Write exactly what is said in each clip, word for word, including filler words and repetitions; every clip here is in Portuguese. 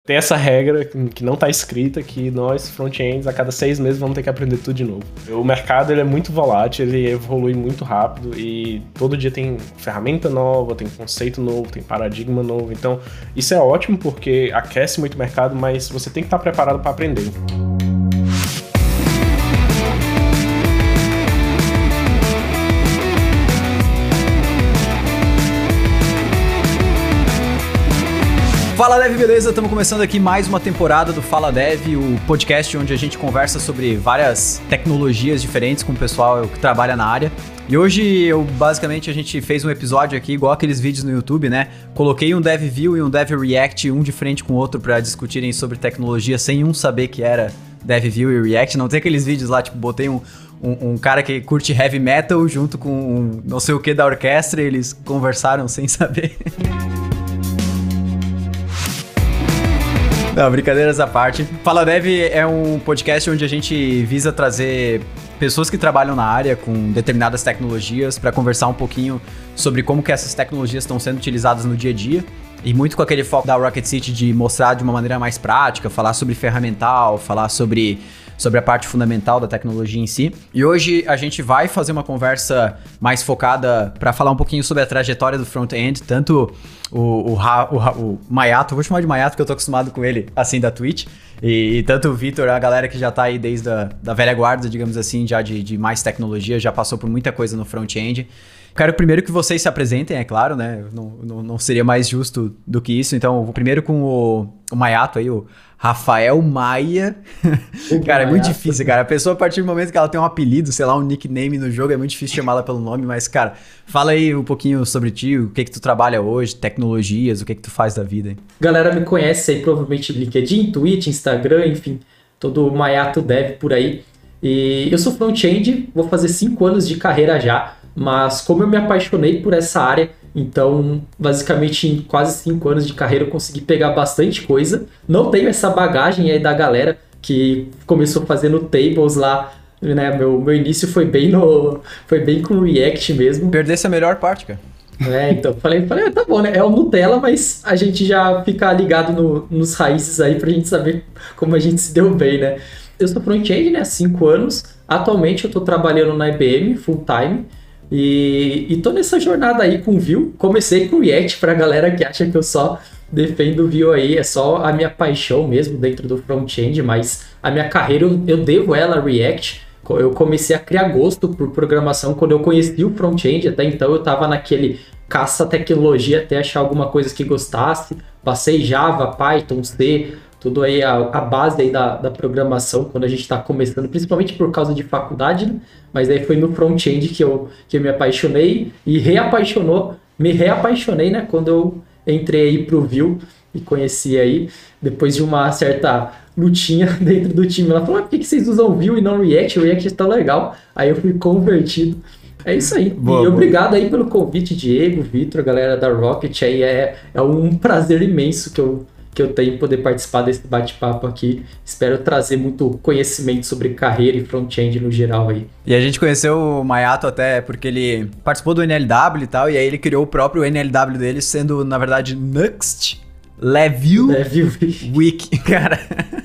Tem essa regra que não está escrita, que nós, front-ends, a cada seis meses vamos ter que aprender tudo de novo. O mercado ele é muito volátil, ele evolui muito rápido e todo dia tem ferramenta nova, tem conceito novo, tem paradigma novo. Então, isso é ótimo porque aquece muito o mercado, mas você tem que estar preparado para aprender. Fala Dev, beleza? Estamos começando aqui mais uma temporada do Fala Dev, o podcast onde a gente conversa sobre várias tecnologias diferentes com o pessoal que trabalha na área. E hoje, eu, basicamente, a gente fez um episódio aqui, igual aqueles vídeos no YouTube, né? Coloquei um Dev View e um Dev React, um de frente com o outro, para discutirem sobre tecnologia sem um saber que era Dev View e React. Não tem aqueles vídeos lá, tipo, botei um, um, um cara que curte heavy metal junto com um não sei o que da orquestra e eles conversaram sem saber. Não, brincadeiras à parte. Fala Dev é um podcast onde a gente visa trazer pessoas que trabalham na área com determinadas tecnologias para conversar um pouquinho sobre como que essas tecnologias estão sendo utilizadas no dia a dia. E muito com aquele foco da Rocket City de mostrar de uma maneira mais prática, falar sobre ferramental, falar sobre, sobre a parte fundamental da tecnologia em si. E hoje a gente vai fazer uma conversa mais focada para falar um pouquinho sobre a trajetória do front-end, tanto o, o, o, o Mayato, vou chamar de Mayato porque eu tô acostumado com ele, assim, da Twitch, e, e tanto o Vitor, a galera que já tá aí desde a da velha guarda, digamos assim, já de, de mais tecnologia, já passou por muita coisa no front-end. Quero primeiro que vocês se apresentem, é claro, né? Não, não, não seria mais justo do que isso. Então, vou primeiro com o, o Mayato aí, o Rafael Maia. Cara, é muito difícil, cara. A pessoa, a partir do momento que ela tem um apelido, sei lá, um nickname no jogo, é muito difícil chamá-la pelo nome. Mas, cara, fala aí um pouquinho sobre ti, o que que tu trabalha hoje, tecnologias, o que que tu faz da vida. Hein? Galera me conhece aí, provavelmente, LinkedIn, Twitch, Instagram, enfim, todo o Mayato Dev por aí. E eu sou front-end, vou fazer cinco anos de carreira já. Mas como eu me apaixonei por essa área, então basicamente em quase cinco anos de carreira eu consegui pegar bastante coisa. Não tenho essa bagagem aí da galera que começou fazendo tables lá, né? Meu, meu início foi bem, no, foi bem com React mesmo. Perdesse a melhor parte, cara. É, então falei, falei ah, tá bom, né? É o Nutella, mas a gente já fica ligado no, nos raízes aí pra gente saber como a gente se deu bem, né? Eu sou front-end, né? Há cinco anos. Atualmente eu tô trabalhando na I B M full time. E, e tô nessa jornada aí com o Vue. Comecei com o React pra galera que acha que eu só defendo o Vue aí. É só a minha paixão mesmo dentro do front-end, mas a minha carreira eu, eu devo ela a React. Eu comecei a criar gosto por programação quando eu conheci o front-end. Até então eu tava naquele caça-tecnologia até achar alguma coisa que gostasse. Passei Java, Python, C... Tudo aí, a, a base aí da, da programação, quando a gente está começando, principalmente por causa de faculdade, né? Mas aí foi no front-end que eu, que eu me apaixonei e reapaixonou, me reapaixonei, né? Quando eu entrei aí pro Vue e conheci aí, depois de uma certa lutinha dentro do time. Ela falou, ah, por que, que vocês usam Vue e não React? O React tá legal. Aí eu fui convertido. É isso aí. Boa, e boa. Obrigado aí pelo convite, Diego, Vitor, a galera da Rocket. Aí é, é um prazer imenso que eu que eu tenho poder participar desse bate-papo aqui. Espero trazer muito conhecimento sobre carreira e front-end no geral aí. E a gente conheceu o Mayato até porque ele participou do N L W e tal, e aí ele criou o próprio N L W dele, sendo, na verdade, Next Level Week. Cara,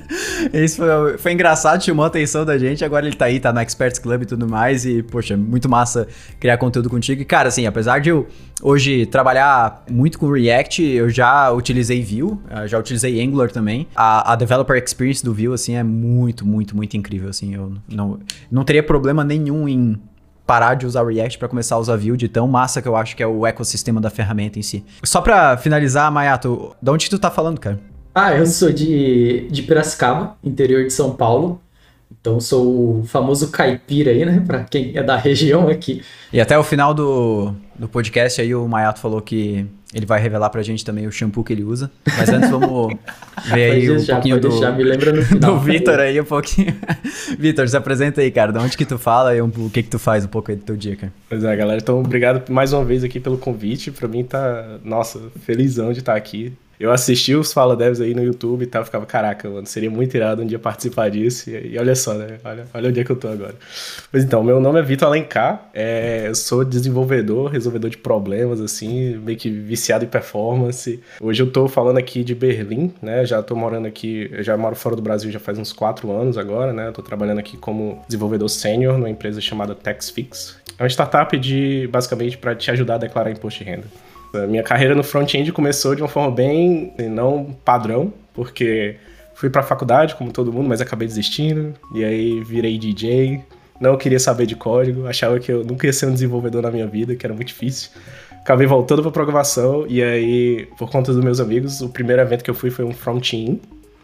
isso foi, foi engraçado, chamou a atenção da gente. Agora ele tá aí, tá no Experts Club e tudo mais. E, poxa, muito massa criar conteúdo contigo. E, cara, assim, apesar de eu hoje trabalhar muito com React, eu já utilizei Vue, já utilizei Angular também. A, a Developer Experience do Vue, assim, é muito, muito, muito incrível, assim. Eu não, não teria problema nenhum em parar de usar o React para começar a usar Vue, de tão massa que eu acho que é o ecossistema da ferramenta em si. Só para finalizar, Mayato, de onde tu tá falando, cara? Ah, eu sou de, de Piracicaba, interior de São Paulo. Então sou o famoso caipira aí, né? Pra quem é da região aqui. E até o final do, do podcast aí o Mayato falou que ele vai revelar pra gente também o shampoo que ele usa. Mas antes vamos ver aí um deixar, pouquinho do, deixar, me lembra no final, do Vitor aí um pouquinho. Vitor, se apresenta aí, cara. De onde que tu fala e um, o que que tu faz um pouco aí do teu dia, cara. Pois é, galera. Então, obrigado mais uma vez aqui pelo convite. Pra mim tá, nossa, felizão de estar aqui. Eu assisti os Fala Devs aí no YouTube e tal, ficava, caraca, mano, seria muito irado um dia participar disso. E, e olha só, né? Olha, olha onde é que eu tô agora. Pois então, meu nome é Vitor Alencar, é, eu sou desenvolvedor, resolvedor de problemas, assim, meio que viciado em performance. Hoje eu tô falando aqui de Berlim, né? Já tô morando aqui, eu já moro fora do Brasil já faz uns quatro anos agora, né? Eu tô trabalhando aqui como desenvolvedor sênior numa empresa chamada TaxFix. É uma startup de, basicamente, para te ajudar a declarar imposto de renda. A minha carreira no front-end começou de uma forma bem, não padrão, porque fui pra faculdade, como todo mundo, mas acabei desistindo, e aí virei D J, não queria saber de código, achava que eu nunca ia ser um desenvolvedor na minha vida, que era muito difícil. Acabei voltando pra programação, e aí, por conta dos meus amigos, o primeiro evento que eu fui foi um front-end,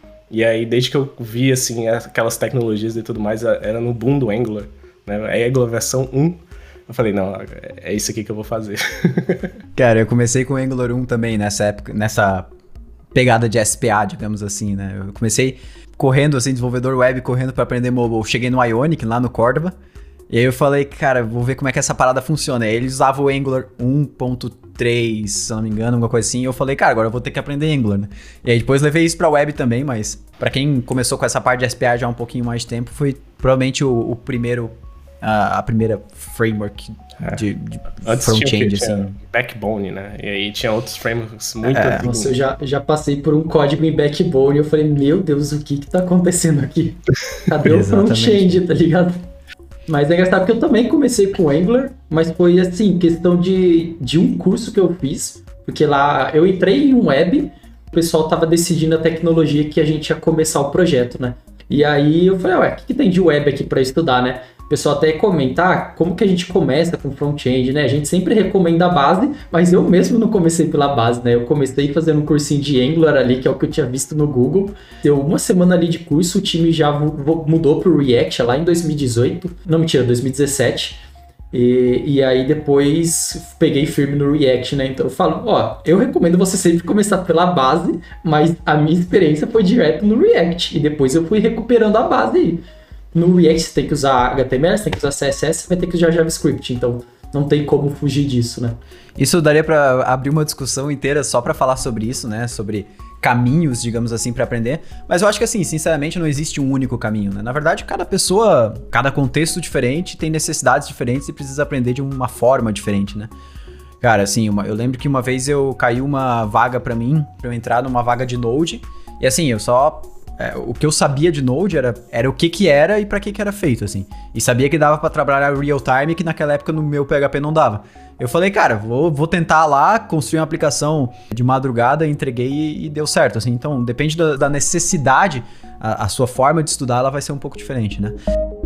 e aí, desde que eu vi, assim, aquelas tecnologias e tudo mais, era no boom do Angular, né, Angular versão um, eu falei, não, é isso aqui que eu vou fazer. Cara, eu comecei com o Angular um também nessa época, nessa pegada de S P A, digamos assim, né? Eu comecei correndo, assim, desenvolvedor web, correndo pra aprender mobile. Cheguei no Ionic, lá no Córdoba, e aí eu falei, cara, vou ver como é que essa parada funciona. Aí eles usavam o Angular um ponto três, se eu não me engano, alguma coisa assim, e eu falei, cara, agora eu vou ter que aprender Angular, né? E aí depois levei isso pra web também, mas pra quem começou com essa parte de S P A já há um pouquinho mais de tempo, foi provavelmente o, o primeiro... A, a primeira framework de, de front-end, assim. Backbone, né? E aí tinha outros frameworks muito... É, nossa, eu já, já passei por um código em Backbone e eu falei, meu Deus, o que que tá acontecendo aqui? Cadê o front-end, tá ligado? Mas é engraçado porque eu também comecei com Angular, mas foi, assim, questão de, de um curso que eu fiz, porque lá eu entrei em um web, o pessoal tava decidindo a tecnologia que a gente ia começar o projeto, né? E aí eu falei, ué, o que, que tem de web aqui pra estudar, né? O pessoal até comentar como que a gente começa com front-end, né? A gente sempre recomenda a base, mas eu mesmo não comecei pela base, né? Eu comecei fazendo um cursinho de Angular ali, que é o que eu tinha visto no Google. Deu uma semana ali de curso, o time já mudou pro React lá em dois mil e dezoito. Não, mentira, dois mil e dezessete. E, e aí depois peguei firme no React, né? Então eu falo, ó, eu recomendo você sempre começar pela base, mas a minha experiência foi direto no React. E depois eu fui recuperando a base aí. No React você tem que usar H T M L, você tem que usar C S S, você vai ter que usar JavaScript, então não tem como fugir disso, né? Isso daria para abrir uma discussão inteira só para falar sobre isso, né? Sobre caminhos, digamos assim, para aprender. Mas eu acho que assim, sinceramente, não existe um único caminho, né? Na verdade, cada pessoa, cada contexto diferente tem necessidades diferentes e precisa aprender de uma forma diferente, né? Cara, assim, uma, eu lembro que uma vez eu caiu uma vaga para mim, para eu entrar numa vaga de Node, e assim, eu só... É, o que eu sabia de Node era, era o que que era e pra que que era feito, assim. E sabia que dava pra trabalhar real time, que naquela época no meu P H P não dava. Eu falei, cara, vou, vou tentar lá, construir uma aplicação de madrugada, entreguei e, e deu certo, assim. Então, depende da, da necessidade, a, a sua forma de estudar, ela vai ser um pouco diferente, né?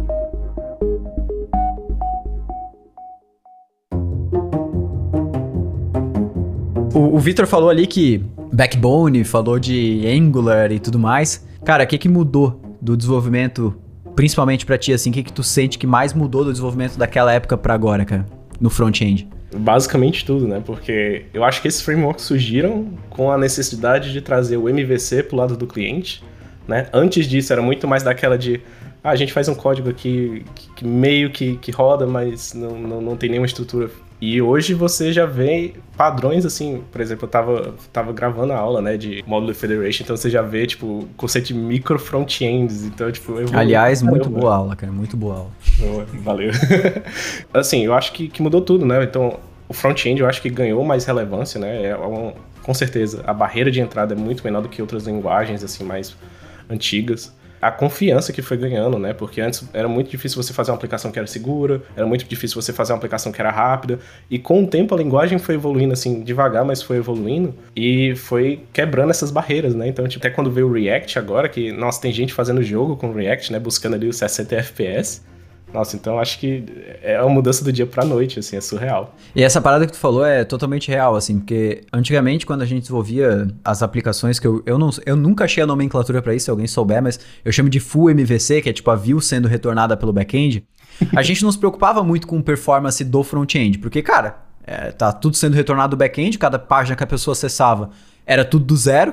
O, o Vitor falou ali que Backbone, falou de Angular e tudo mais. Cara, o que que mudou do desenvolvimento, principalmente pra ti, assim? O que que tu sente que mais mudou do desenvolvimento daquela época pra agora, cara, no front-end? Basicamente tudo, né? Porque eu acho que esses frameworks surgiram com a necessidade de trazer o M V C pro lado do cliente, né? Antes disso era muito mais daquela de... Ah, a gente faz um código aqui que, que meio que, que roda, mas não, não, não tem nenhuma estrutura. E hoje você já vê padrões, assim, por exemplo, eu tava, tava gravando a aula, né, de Modular Federation, então você já vê, tipo, o conceito de micro front-ends, então, tipo... Eu vou... Aliás, muito Caramba. boa aula, cara, muito boa aula. Valeu. Assim, eu acho que, que mudou tudo, né, então o front-end eu acho que ganhou mais relevância, né, é um, com certeza, a barreira de entrada é muito menor do que outras linguagens, assim, mais antigas. A confiança que foi ganhando, né? Porque antes era muito difícil você fazer uma aplicação que era segura, era muito difícil você fazer uma aplicação que era rápida, e com o tempo a linguagem foi evoluindo, assim, devagar, mas foi evoluindo, e foi quebrando essas barreiras, né? Então, tipo, até quando veio o React agora, que, nossa, tem gente fazendo jogo com o React, né? Buscando ali os sessenta F P S. Nossa, então acho que é uma mudança do dia pra noite, assim, é surreal. E essa parada que tu falou é totalmente real, assim, porque antigamente quando a gente desenvolvia as aplicações, que eu, eu, não, eu nunca achei a nomenclatura pra isso, se alguém souber, mas eu chamo de Full M V C, que é tipo a view sendo retornada pelo back-end, a gente não se preocupava muito com performance do front-end, porque, cara, é, tá tudo sendo retornado do back-end, cada página que a pessoa acessava era tudo do zero,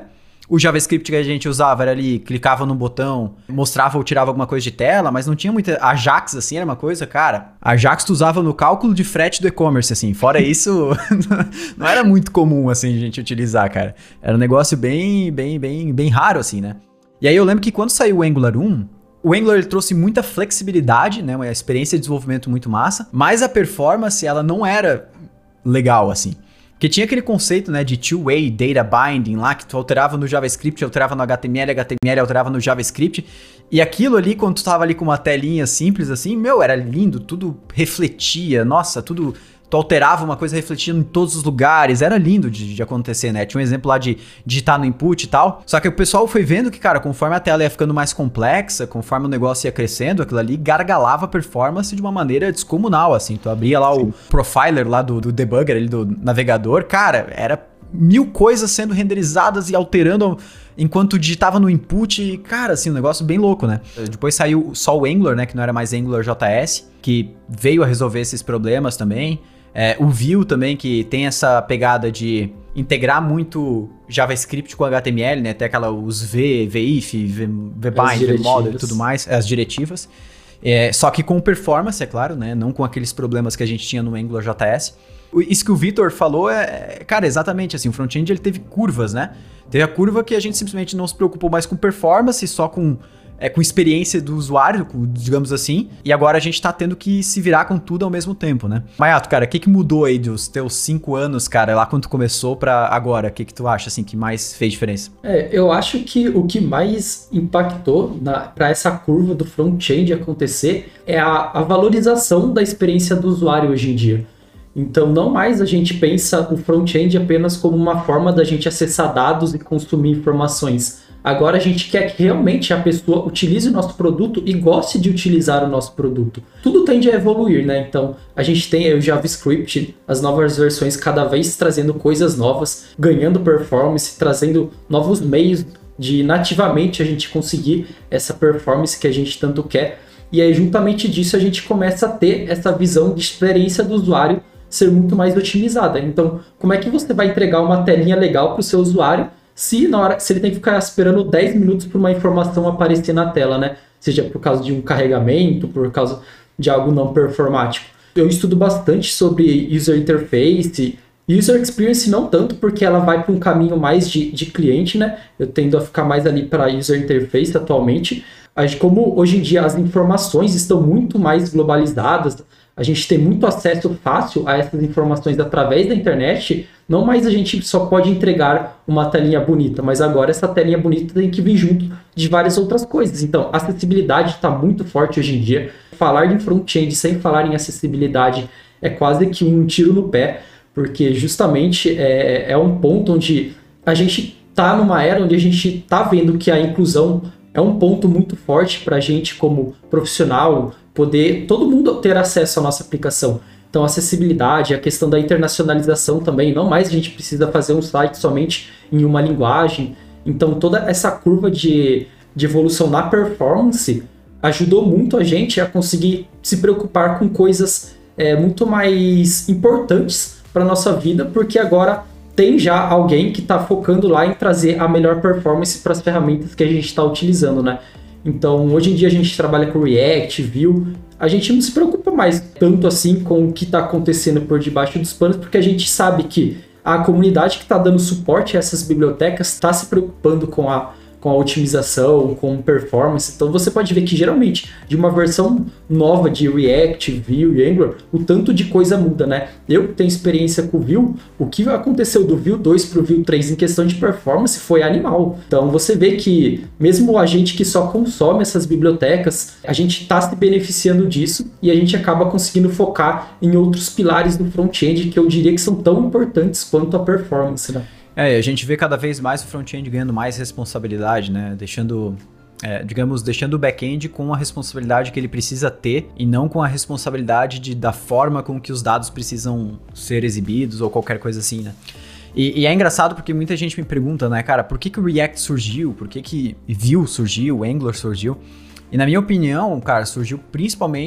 O JavaScript que a gente usava era ali, clicava no botão, mostrava ou tirava alguma coisa de tela, mas não tinha muita... Ajax, assim, era uma coisa, cara... Ajax tu usava no cálculo de frete do e-commerce, assim. Fora isso, não era muito comum, assim, a gente utilizar, cara. Era um negócio bem, bem, bem, bem raro, assim, né? E aí eu lembro que quando saiu o Angular um, o Angular ele trouxe muita flexibilidade, né? Uma experiência de desenvolvimento muito massa, mas a performance, ela não era legal, assim. Porque tinha aquele conceito, né, de two-way data binding lá, que tu alterava no JavaScript, alterava no H T M L, H T M L alterava no JavaScript. E aquilo ali, quando tu tava ali com uma telinha simples assim, meu, era lindo, tudo refletia, nossa, tudo... Tu alterava uma coisa refletindo em todos os lugares, era lindo de, de acontecer, né? Tinha um exemplo lá de digitar no input e tal. Só que o pessoal foi vendo que, cara, conforme a tela ia ficando mais complexa, conforme o negócio ia crescendo, aquilo ali gargalava a performance de uma maneira descomunal, assim. Tu abria lá Sim. o profiler lá do, do debugger, ali, do navegador, cara, era mil coisas sendo renderizadas e alterando enquanto digitava no input. E, cara, assim, um negócio bem louco, né? Depois saiu só o Angular, né? Que não era mais Angular J S, que veio a resolver esses problemas também. É, o Vue também, que tem essa pegada de integrar muito JavaScript com H T M L, né? Tem aquela, os V, VIF, VBind, VModel e tudo mais, as diretivas. É, só que com performance, é claro, né? Não com aqueles problemas que a gente tinha no Angular J S. Isso que o Vitor falou é, cara, exatamente assim, o front-end ele teve curvas, né? Teve a curva que a gente simplesmente não se preocupou mais com performance, só com... É, com experiência do usuário, digamos assim, e agora a gente tá tendo que se virar com tudo ao mesmo tempo, né? Mayato, cara, o que que mudou aí dos teus cinco anos, cara, lá quando tu começou pra agora? O que que tu acha, assim, que mais fez diferença? É, eu acho que o que mais impactou na, pra essa curva do front-end acontecer é a, a valorização da experiência do usuário hoje em dia. Então, não mais a gente pensa o front-end apenas como uma forma da gente acessar dados e consumir informações. Agora a gente quer que realmente a pessoa utilize o nosso produto e goste de utilizar o nosso produto. Tudo tende a evoluir, né? Então, a gente tem o JavaScript, as novas versões cada vez trazendo coisas novas, ganhando performance, trazendo novos meios de nativamente a gente conseguir essa performance que a gente tanto quer. E aí, juntamente disso, a gente começa a ter essa visão de experiência do usuário ser muito mais otimizada. Então, como é que você vai entregar uma telinha legal para o seu usuário se, na hora, se ele tem que ficar esperando dez minutos por uma informação aparecer na tela, né? Seja por causa de um carregamento, por causa de algo não performático. Eu estudo bastante sobre user interface, user experience não tanto porque ela vai para um caminho mais de, de cliente, né? Eu tendo a ficar mais ali para user interface atualmente. Como hoje em dia as informações estão muito mais globalizadas, a gente tem muito acesso fácil a essas informações através da internet, não mais a gente só pode entregar uma telinha bonita, mas agora essa telinha bonita tem que vir junto de várias outras coisas. Então, a acessibilidade está muito forte hoje em dia. Falar em front-end sem falar em acessibilidade é quase que um tiro no pé, porque justamente é, é um ponto onde a gente está numa era onde a gente está vendo que a inclusão é um ponto muito forte para a gente como profissional, poder todo mundo ter acesso à nossa aplicação. Então, a acessibilidade, a questão da internacionalização também, não mais a gente precisa fazer um site somente em uma linguagem. Então, toda essa curva de, de evolução na performance ajudou muito a gente a conseguir se preocupar com coisas é, muito mais importantes para a nossa vida, porque agora tem já alguém que está focando lá em trazer a melhor performance para as ferramentas que a gente está utilizando, né? Então, hoje em dia a gente trabalha com React, Vue, a gente não se preocupa mais tanto assim com o que está acontecendo por debaixo dos panos, porque a gente sabe que a comunidade que está dando suporte a essas bibliotecas está se preocupando com a, com a otimização, com performance. Então, você pode ver que geralmente de uma versão nova de React, Vue e Angular, o tanto de coisa muda, né? Eu tenho experiência com o Vue, o que aconteceu do Vue dois para o Vue três em questão de performance foi animal. Então você vê que mesmo a gente que só consome essas bibliotecas, a gente está se beneficiando disso e a gente acaba conseguindo focar em outros pilares do front-end que eu diria que são tão importantes quanto a performance, né? É, a gente vê cada vez mais o front-end ganhando mais responsabilidade, né? Deixando... É, digamos, deixando o back-end com a responsabilidade que ele precisa ter e não com a responsabilidade de, da forma com que os dados precisam ser exibidos ou qualquer coisa assim, né? E, e é engraçado porque muita gente me pergunta, né, cara, por que que o React surgiu? Por que que Vue surgiu? Angular surgiu? E na minha opinião, cara, surgiu principalmente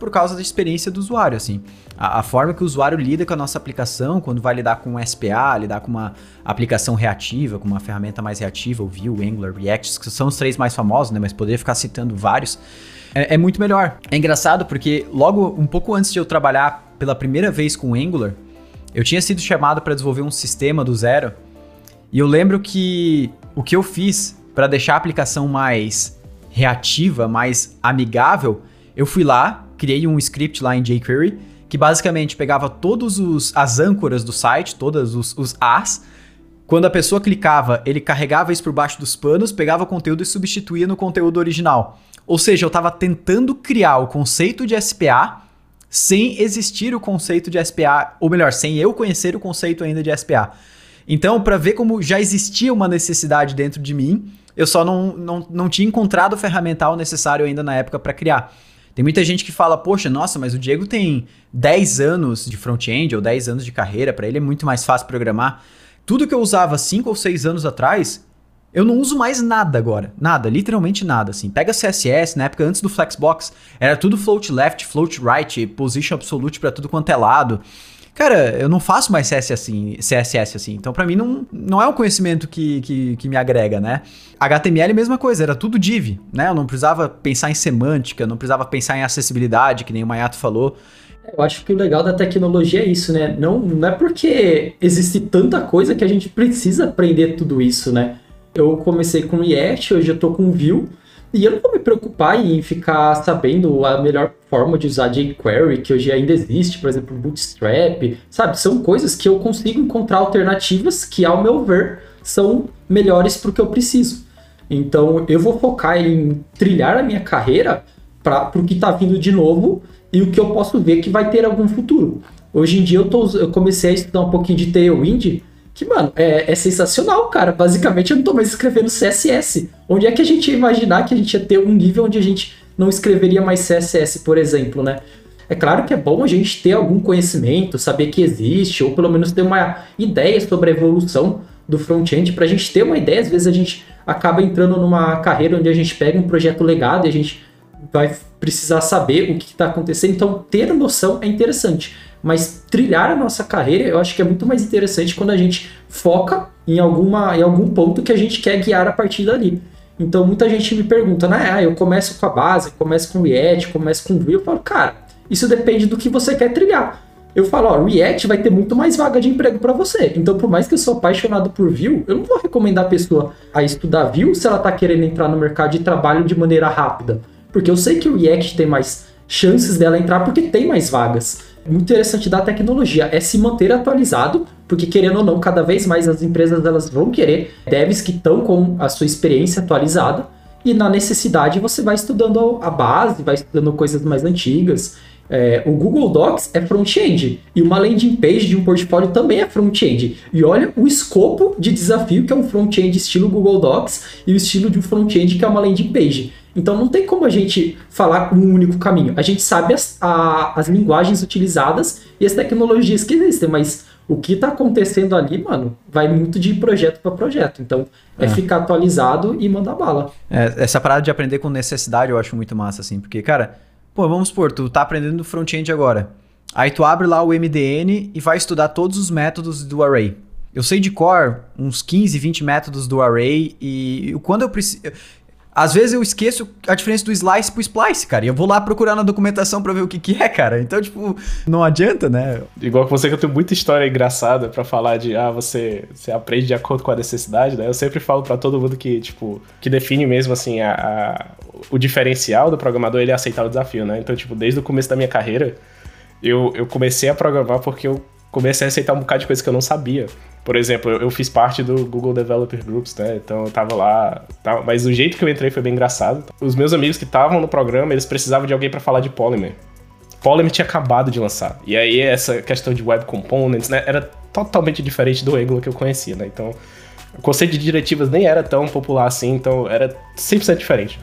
por causa da experiência do usuário, assim. A, a forma que o usuário lida com a nossa aplicação, quando vai lidar com um S P A, lidar com uma aplicação reativa, com uma ferramenta mais reativa, o Vue, Angular, React, que são os três mais famosos, né? Mas poderia ficar citando vários, é, é muito melhor. É engraçado porque logo, um pouco antes de eu trabalhar pela primeira vez com Angular, eu tinha sido chamado para desenvolver um sistema do zero, e eu lembro que o que eu fiz para deixar a aplicação mais reativa, mais amigável, eu fui lá, criei um script lá em jQuery, que basicamente pegava todas as âncoras do site, todos os, os As. Quando a pessoa clicava, ele carregava isso por baixo dos panos, pegava o conteúdo e substituía no conteúdo original. Ou seja, eu estava tentando criar o conceito de S P A sem existir o conceito de S P A, ou melhor, sem eu conhecer o conceito ainda de S P A. Então, para ver como já existia uma necessidade dentro de mim, eu só não, não, não tinha encontrado o ferramental necessário ainda na época para criar. Tem muita gente que fala, poxa, nossa, mas o Diego tem dez anos de front-end ou dez anos de carreira, para ele é muito mais fácil programar. Tudo que eu usava cinco ou seis anos atrás, eu não uso mais nada agora. Nada, literalmente nada. Assim. Pega C S S, na época antes do Flexbox, era tudo float left, float right, position absolute para tudo quanto é lado. Cara, eu não faço mais C S S assim, C S S assim, então pra mim não, não é um conhecimento que, que, que me agrega, né? H T M L, mesma coisa, era tudo div, né? Eu não precisava pensar em semântica, não precisava pensar em acessibilidade, que nem o Mayato falou. Eu acho que o legal da tecnologia é isso, né? Não, não é porque existe tanta coisa que a gente precisa aprender tudo isso, né? Eu comecei com React, hoje eu tô com Vue, e eu não vou me preocupar em ficar sabendo a melhor forma de usar jQuery, que hoje ainda existe, por exemplo, Bootstrap, sabe? São coisas que eu consigo encontrar alternativas que, ao meu ver, são melhores para o que eu preciso. Então, eu vou focar em trilhar a minha carreira para o que está vindo de novo e o que eu posso ver que vai ter algum futuro. Hoje em dia, eu, tô, eu comecei a estudar um pouquinho de Tailwind, que, mano, é, é sensacional, cara. Basicamente, eu não tô mais escrevendo C S S. Onde é que a gente ia imaginar que a gente ia ter um nível onde a gente não escreveria mais C S S, por exemplo, né? É claro que é bom a gente ter algum conhecimento, saber que existe, ou pelo menos ter uma ideia sobre a evolução do front-end, pra gente ter uma ideia. Às vezes a gente acaba entrando numa carreira onde a gente pega um projeto legado e a gente vai precisar saber o que está acontecendo. Então, ter noção é interessante. Mas trilhar a nossa carreira, eu acho que é muito mais interessante quando a gente foca em, alguma, em algum ponto que a gente quer guiar a partir dali. Então, muita gente me pergunta, né? Ah, eu começo com a base, começo com React, começo com Vue. Eu falo, cara, isso depende do que você quer trilhar. Eu falo, ó, React vai ter muito mais vaga de emprego para você. Então, por mais que eu sou apaixonado por Vue, eu não vou recomendar a pessoa a estudar Vue se ela tá querendo entrar no mercado de trabalho de maneira rápida. Porque eu sei que o React tem mais chances dela entrar porque tem mais vagas. Muito interessante da tecnologia é se manter atualizado, porque querendo ou não, cada vez mais as empresas elas vão querer devs que estão com a sua experiência atualizada, e na necessidade você vai estudando a base, vai estudando coisas mais antigas. É, o Google Docs é front-end, e uma landing page de um portfólio também é front-end. E olha o escopo de desafio que é um front-end estilo Google Docs e o estilo de um front-end que é uma landing page. Então não tem como a gente falar com um único caminho. A gente sabe as, a, as linguagens utilizadas e as tecnologias que existem, mas o que está acontecendo ali, mano, vai muito de projeto para projeto. Então é, é ficar atualizado e mandar bala. É, essa parada de aprender com necessidade eu acho muito massa, assim, porque, cara, pô, vamos supor, tu tá aprendendo front-end agora. Aí tu abre lá o M D N e vai estudar todos os métodos do array. Eu sei de cor uns quinze, vinte métodos do array e quando eu preciso... Às vezes eu esqueço a diferença do slice pro splice, cara. E eu vou lá procurar na documentação pra ver o que que é, cara. Então, tipo, não adianta, né? Igual que você, que eu tenho muita história engraçada pra falar de, ah, você, você aprende de acordo com a necessidade, né? Eu sempre falo pra todo mundo que, tipo, que define mesmo, assim, a, a, o diferencial do programador, ele é aceitar o desafio, né? Então, tipo, desde o começo da minha carreira, eu, eu comecei a programar porque eu comecei a aceitar um bocado de coisa que eu não sabia. Por exemplo, eu, eu fiz parte do Google Developer Groups, né? Então eu tava lá, tava, mas o jeito que eu entrei foi bem engraçado. Os meus amigos que estavam no programa, eles precisavam de alguém para falar de Polymer. Polymer tinha acabado de lançar. E aí essa questão de Web Components, né, era totalmente diferente do Angular que eu conhecia, né? Então o conceito de diretivas nem era tão popular assim, então era cem por cento diferente.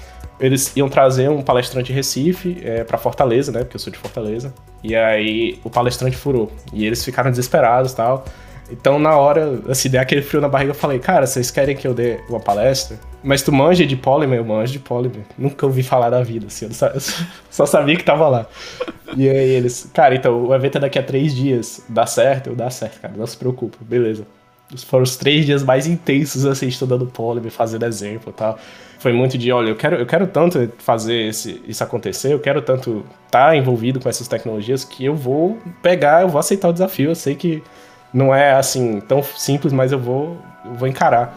Eles iam trazer um palestrante de Recife é, pra Fortaleza, né? Porque eu sou de Fortaleza. E aí o palestrante furou. E eles ficaram desesperados e tal. Então, na hora, assim, deu aquele frio na barriga, eu falei, cara, vocês querem que eu dê uma palestra? Mas tu manja de Polymer? Eu manjo de Polymer. Nunca ouvi falar da vida, assim, eu, só, eu só sabia que tava lá. E aí eles, cara, então, o evento é daqui a três dias. Dá certo? Eu, dá certo, cara, não se preocupa, beleza. Foram os três dias mais intensos, assim, estudando Polymer, fazendo exemplo e tal. Foi muito de, olha, eu quero, eu quero tanto fazer esse, isso acontecer, eu quero tanto estar envolvido com essas tecnologias que eu vou pegar, eu vou aceitar o desafio. Eu sei que não é, assim, tão simples, mas eu vou, eu vou encarar.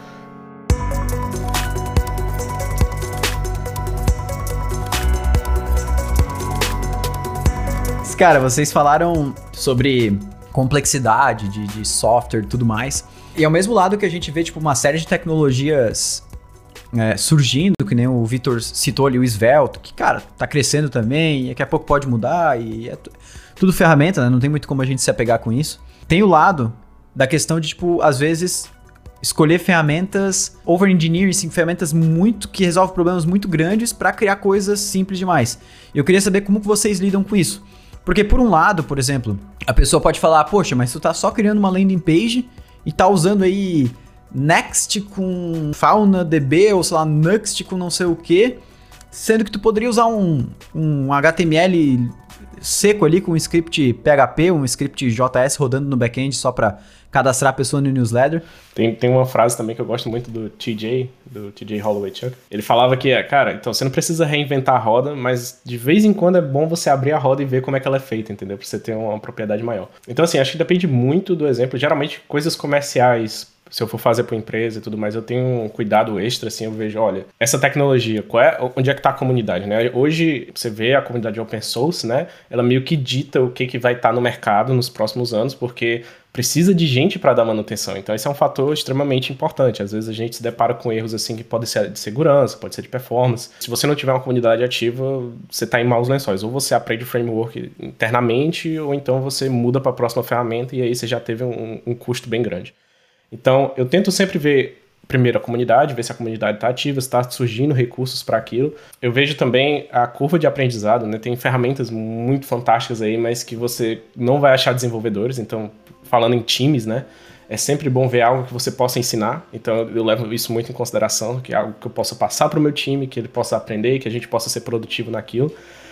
Cara, vocês falaram sobre complexidade de, de software e tudo mais. E ao mesmo lado que a gente vê, tipo, uma série de tecnologias é, surgindo, que nem o Vitor citou ali, o Svelte, que, cara, tá crescendo também, e daqui a pouco pode mudar, e é t- tudo ferramenta, né? Não tem muito como a gente se apegar com isso. Tem o lado da questão de, tipo, às vezes, escolher ferramentas over-engineering, assim, ferramentas muito que resolvem problemas muito grandes para criar coisas simples demais. Eu queria saber como que vocês lidam com isso. Porque, por um lado, por exemplo, a pessoa pode falar, poxa, mas tu tá só criando uma landing page e tá usando aí Next com FaunaDB ou, sei lá, Nuxt com não sei o quê, sendo que tu poderia usar um, um H T M L seco ali com um script P H P, um script J S rodando no back-end só para cadastrar a pessoa no newsletter. Tem, tem uma frase também que eu gosto muito do T J, do T J Holloway Chuck. Ele falava que, cara, então você não precisa reinventar a roda, mas de vez em quando é bom você abrir a roda e ver como é que ela é feita, entendeu? Pra você ter uma, uma propriedade maior. Então, assim, acho que depende muito do exemplo. Geralmente, coisas comerciais, se eu for fazer para empresa e tudo mais, eu tenho um cuidado extra, assim, eu vejo, olha, essa tecnologia, qual é, onde é que tá a comunidade, né? Hoje, você vê a comunidade open source, né? Ela meio que dita o que, que vai estar no mercado nos próximos anos, porque precisa de gente para dar manutenção. Então, esse é um fator extremamente importante. Às vezes, a gente se depara com erros, assim, que podem ser de segurança, pode ser de performance. Se você não tiver uma comunidade ativa, você tá em maus lençóis. Ou você aprende o framework internamente, ou então você muda para a próxima ferramenta e aí você já teve um, um custo bem grande. Então, eu tento sempre ver, primeiro, a comunidade, ver se a comunidade está ativa, se está surgindo recursos para aquilo. Eu vejo também a curva de aprendizado, né? Tem ferramentas muito fantásticas aí, mas que você não vai achar desenvolvedores. Então, falando em times, né? É sempre bom ver algo que você possa ensinar. Então, eu levo isso muito em consideração, que é algo que eu possa passar para o meu time, que ele possa aprender, que a gente possa ser produtivo naquilo.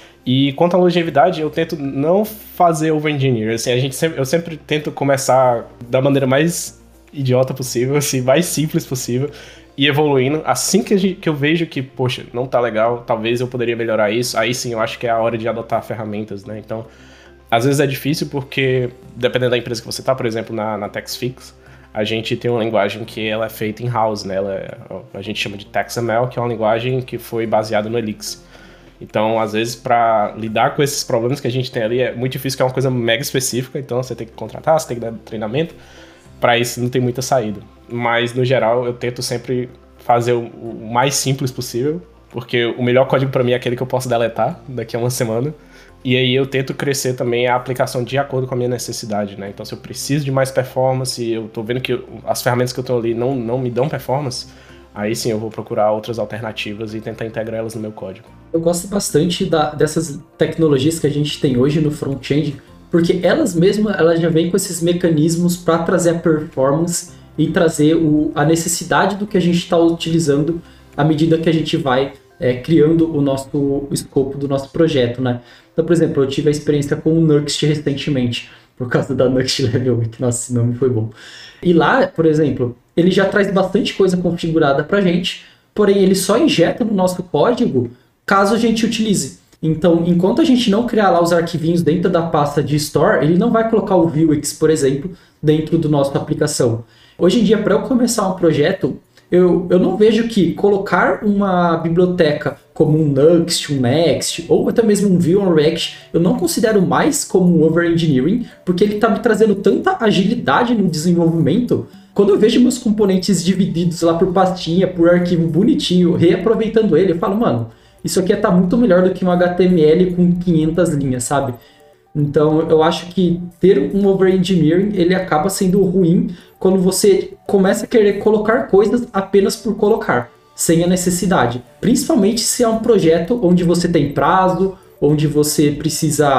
E quanto à longevidade, eu tento não fazer over-engineer. Assim, a gente sempre, eu sempre tento começar da maneira mais idiota possível, assim, mais simples possível, e evoluindo. Assim que, a gente, que eu vejo que, poxa, não tá legal, talvez eu poderia melhorar isso, aí sim eu acho que é a hora de adotar ferramentas, né? Então, às vezes é difícil porque, dependendo da empresa que você tá, por exemplo, na, na TextFix, a gente tem uma linguagem que ela é feita in-house, né? Ela é, a gente chama de TextML, que é uma linguagem que foi baseada no Elixir. Então, às vezes, para lidar com esses problemas que a gente tem ali, é muito difícil, que é uma coisa mega específica, então você tem que contratar, você tem que dar treinamento. Para isso não tem muita saída. Mas, no geral, eu tento sempre fazer o, o mais simples possível, porque o melhor código para mim é aquele que eu posso deletar daqui a uma semana. E aí eu tento crescer também a aplicação de acordo com a minha necessidade, né? Então, se eu preciso de mais performance, eu tô vendo que eu, as ferramentas que eu tô ali não, não me dão performance, aí sim eu vou procurar outras alternativas e tentar integrar elas no meu código. Eu gosto bastante da, dessas tecnologias que a gente tem hoje no front-end, porque elas mesmas elas já vêm com esses mecanismos para trazer a performance e trazer o, a necessidade do que a gente está utilizando à medida que a gente vai é, criando o nosso o escopo do nosso projeto, né? Então, por exemplo, eu tive a experiência com o Nuxt recentemente, por causa da Nuxt Level oito, nossa, esse nome foi bom. E lá, por exemplo, ele já traz bastante coisa configurada para a gente, porém ele só injeta no nosso código caso a gente utilize. Então, enquanto a gente não criar lá os arquivinhos dentro da pasta de Store, ele não vai colocar o Vuex, por exemplo, dentro do nosso aplicação. Hoje em dia, para eu começar um projeto, eu, eu não vejo que colocar uma biblioteca como um Nuxt, um Next, ou até mesmo um Vue ou um React, eu não considero mais como um over-engineering, porque ele está me trazendo tanta agilidade no desenvolvimento. Quando eu vejo meus componentes divididos lá por pastinha, por arquivo bonitinho, reaproveitando ele, eu falo, mano, isso aqui tá muito melhor do que um H T M L com quinhentas linhas, sabe? Então, eu acho que ter um over-engineering, ele acaba sendo ruim quando você começa a querer colocar coisas apenas por colocar, sem a necessidade. Principalmente se é um projeto onde você tem prazo, onde você precisa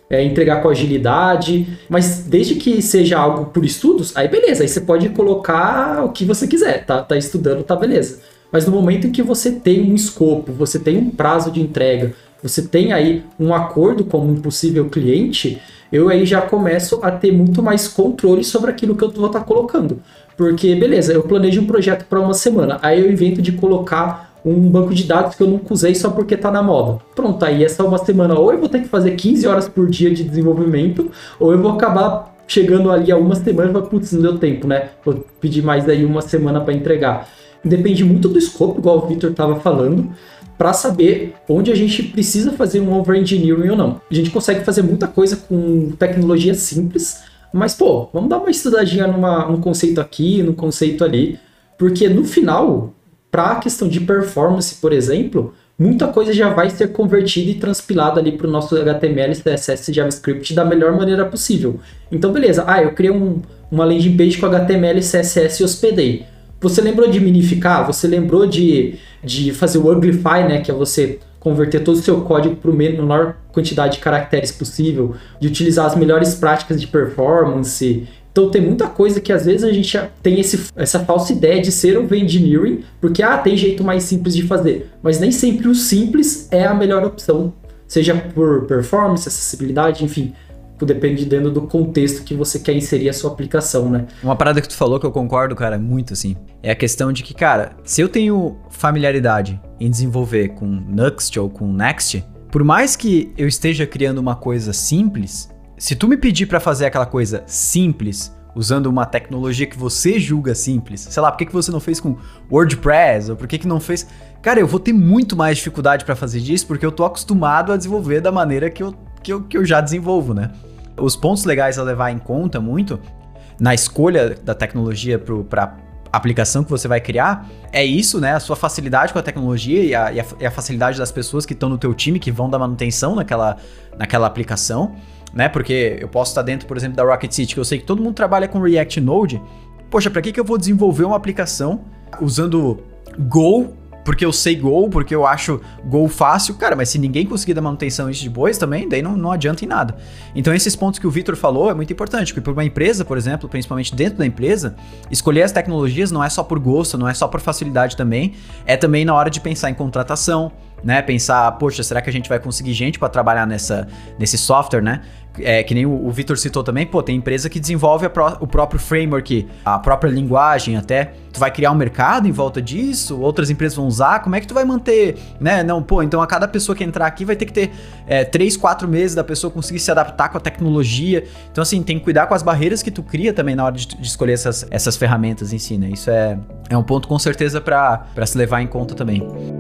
é, entregar com agilidade, mas desde que seja algo por estudos, aí beleza, aí você pode colocar o que você quiser, tá, tá estudando, tá beleza. Mas no momento em que você tem um escopo, você tem um prazo de entrega, você tem aí um acordo com um possível cliente, eu aí já começo a ter muito mais controle sobre aquilo que eu vou estar colocando. Porque, beleza, eu planejo um projeto para uma semana, aí eu invento de colocar um banco de dados que eu nunca usei só porque tá na moda. Pronto, aí essa uma semana ou eu vou ter que fazer quinze horas por dia de desenvolvimento, ou eu vou acabar chegando ali a uma semana e falar, putz, não deu tempo, né? Vou pedir mais aí uma semana para entregar. Depende muito do escopo, igual o Vitor estava falando, para saber onde a gente precisa fazer um over-engineering ou não. A gente consegue fazer muita coisa com tecnologia simples, mas, pô, vamos dar uma estudadinha numa, num conceito aqui, num conceito ali, porque no final, para a questão de performance, por exemplo, muita coisa já vai ser convertida e transpilada ali para o nosso H T M L, C S S e JavaScript da melhor maneira possível. Então, beleza, ah, eu criei um, uma landing page com H T M L, C S S e hospedei. Você lembrou de minificar? Você lembrou de, de fazer o uglify, né? Que é você converter todo o seu código para a menor quantidade de caracteres possível, de utilizar as melhores práticas de performance. Então tem muita coisa que às vezes a gente tem esse, essa falsa ideia de ser over-engineering, porque ah, tem jeito mais simples de fazer. Mas nem sempre o simples é a melhor opção, seja por performance, acessibilidade, enfim. Dependendo do contexto que você quer inserir a sua aplicação, né? Uma parada que tu falou que eu concordo, cara, muito assim, é a questão de que, cara, se eu tenho familiaridade em desenvolver com Nuxt ou com Next, por mais que eu esteja criando uma coisa simples, se tu me pedir pra fazer aquela coisa simples, usando uma tecnologia que você julga simples, sei lá, por que que você não fez com WordPress, ou por que que não fez... Cara, eu vou ter muito mais dificuldade pra fazer disso, porque eu tô acostumado a desenvolver da maneira que eu, que eu, que eu já desenvolvo, né? Os pontos legais a levar em conta muito na escolha da tecnologia para a aplicação que você vai criar é isso, né? A sua facilidade com a tecnologia e a, e a, e a facilidade das pessoas que estão no teu time, que vão dar manutenção naquela, naquela aplicação, né? Porque eu posso estar dentro, por exemplo, da Rocket City, que eu sei que todo mundo trabalha com React Node. Poxa, para que que eu vou desenvolver uma aplicação usando Go? Porque eu sei Go, porque eu acho Go fácil. Cara, mas se ninguém conseguir dar manutenção isso de boas também, daí não, não adianta em nada. Então esses pontos que o Vitor falou é muito importante, porque para uma empresa, por exemplo, principalmente dentro da empresa, escolher as tecnologias não é só por gosto, não é só por facilidade também, é também na hora de pensar em contratação, né? Pensar, poxa, será que a gente vai conseguir gente para trabalhar nessa, nesse software, né? É, que nem o, o Vitor citou também, pô, tem empresa que desenvolve a pró- o próprio framework, a própria linguagem até. Tu vai criar um mercado em volta disso, outras empresas vão usar, como é que tu vai manter, né? Não, pô, então a cada pessoa que entrar aqui vai ter que ter é, três, quatro meses da pessoa conseguir se adaptar com a tecnologia. Então, assim, tem que cuidar com as barreiras que tu cria também na hora de, de escolher essas, essas ferramentas em si, né? Isso é, é um ponto com certeza para se levar em conta também.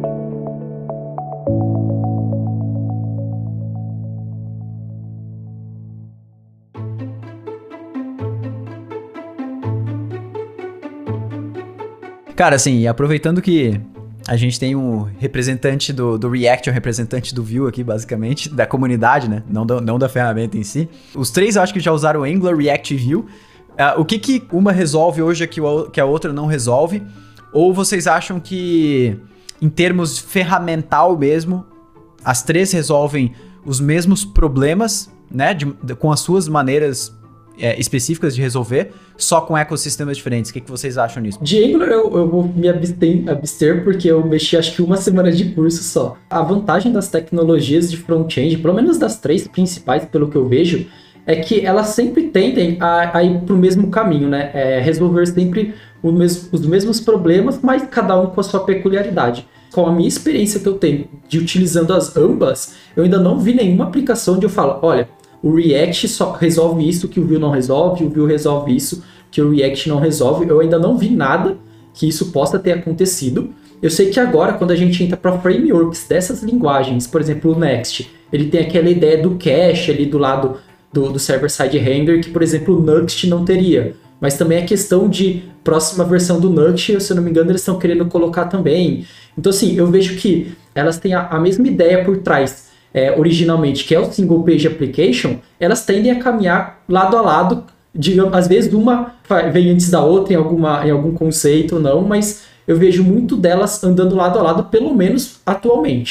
Cara, assim, aproveitando que a gente tem um representante do, do React, um representante do Vue aqui, basicamente, da comunidade, né? Não, do, não da ferramenta em si. Os três eu acho que já usaram Angular, React e Vue. Uh, o que que uma resolve hoje que, o, que a outra não resolve? Ou vocês acham que, em termos ferramental mesmo, as três resolvem os mesmos problemas, né? De, de, com as suas maneiras É, específicas de resolver, só com ecossistemas diferentes? O que, que vocês acham nisso? De Angular eu, eu vou me abster, abster porque eu mexi acho que uma semana de curso só. A vantagem das tecnologias de front-end, pelo menos das três principais, pelo que eu vejo, é que elas sempre tendem a, a ir para o mesmo caminho, né? É, resolver sempre o mes- os mesmos problemas, mas cada um com a sua peculiaridade. Com a minha experiência que eu tenho de utilizando as ambas, eu ainda não vi nenhuma aplicação onde eu falo, olha, o React só resolve isso que o Vue não resolve, o Vue resolve isso que o React não resolve. Eu ainda não vi nada que isso possa ter acontecido. Eu sei que agora, quando a gente entra para frameworks dessas linguagens, por exemplo, o Next, ele tem aquela ideia do cache ali do lado do, do server-side render, que, por exemplo, o Nuxt não teria. Mas também a questão de próxima versão do Nuxt, se eu não me engano, eles estão querendo colocar também. Então, assim, eu vejo que elas têm a, a mesma ideia por trás. É, originalmente, que é o Single Page Application, elas tendem a caminhar lado a lado, digamos, às vezes uma vem antes da outra em, alguma, em algum conceito ou não, mas eu vejo muito delas andando lado a lado, pelo menos atualmente.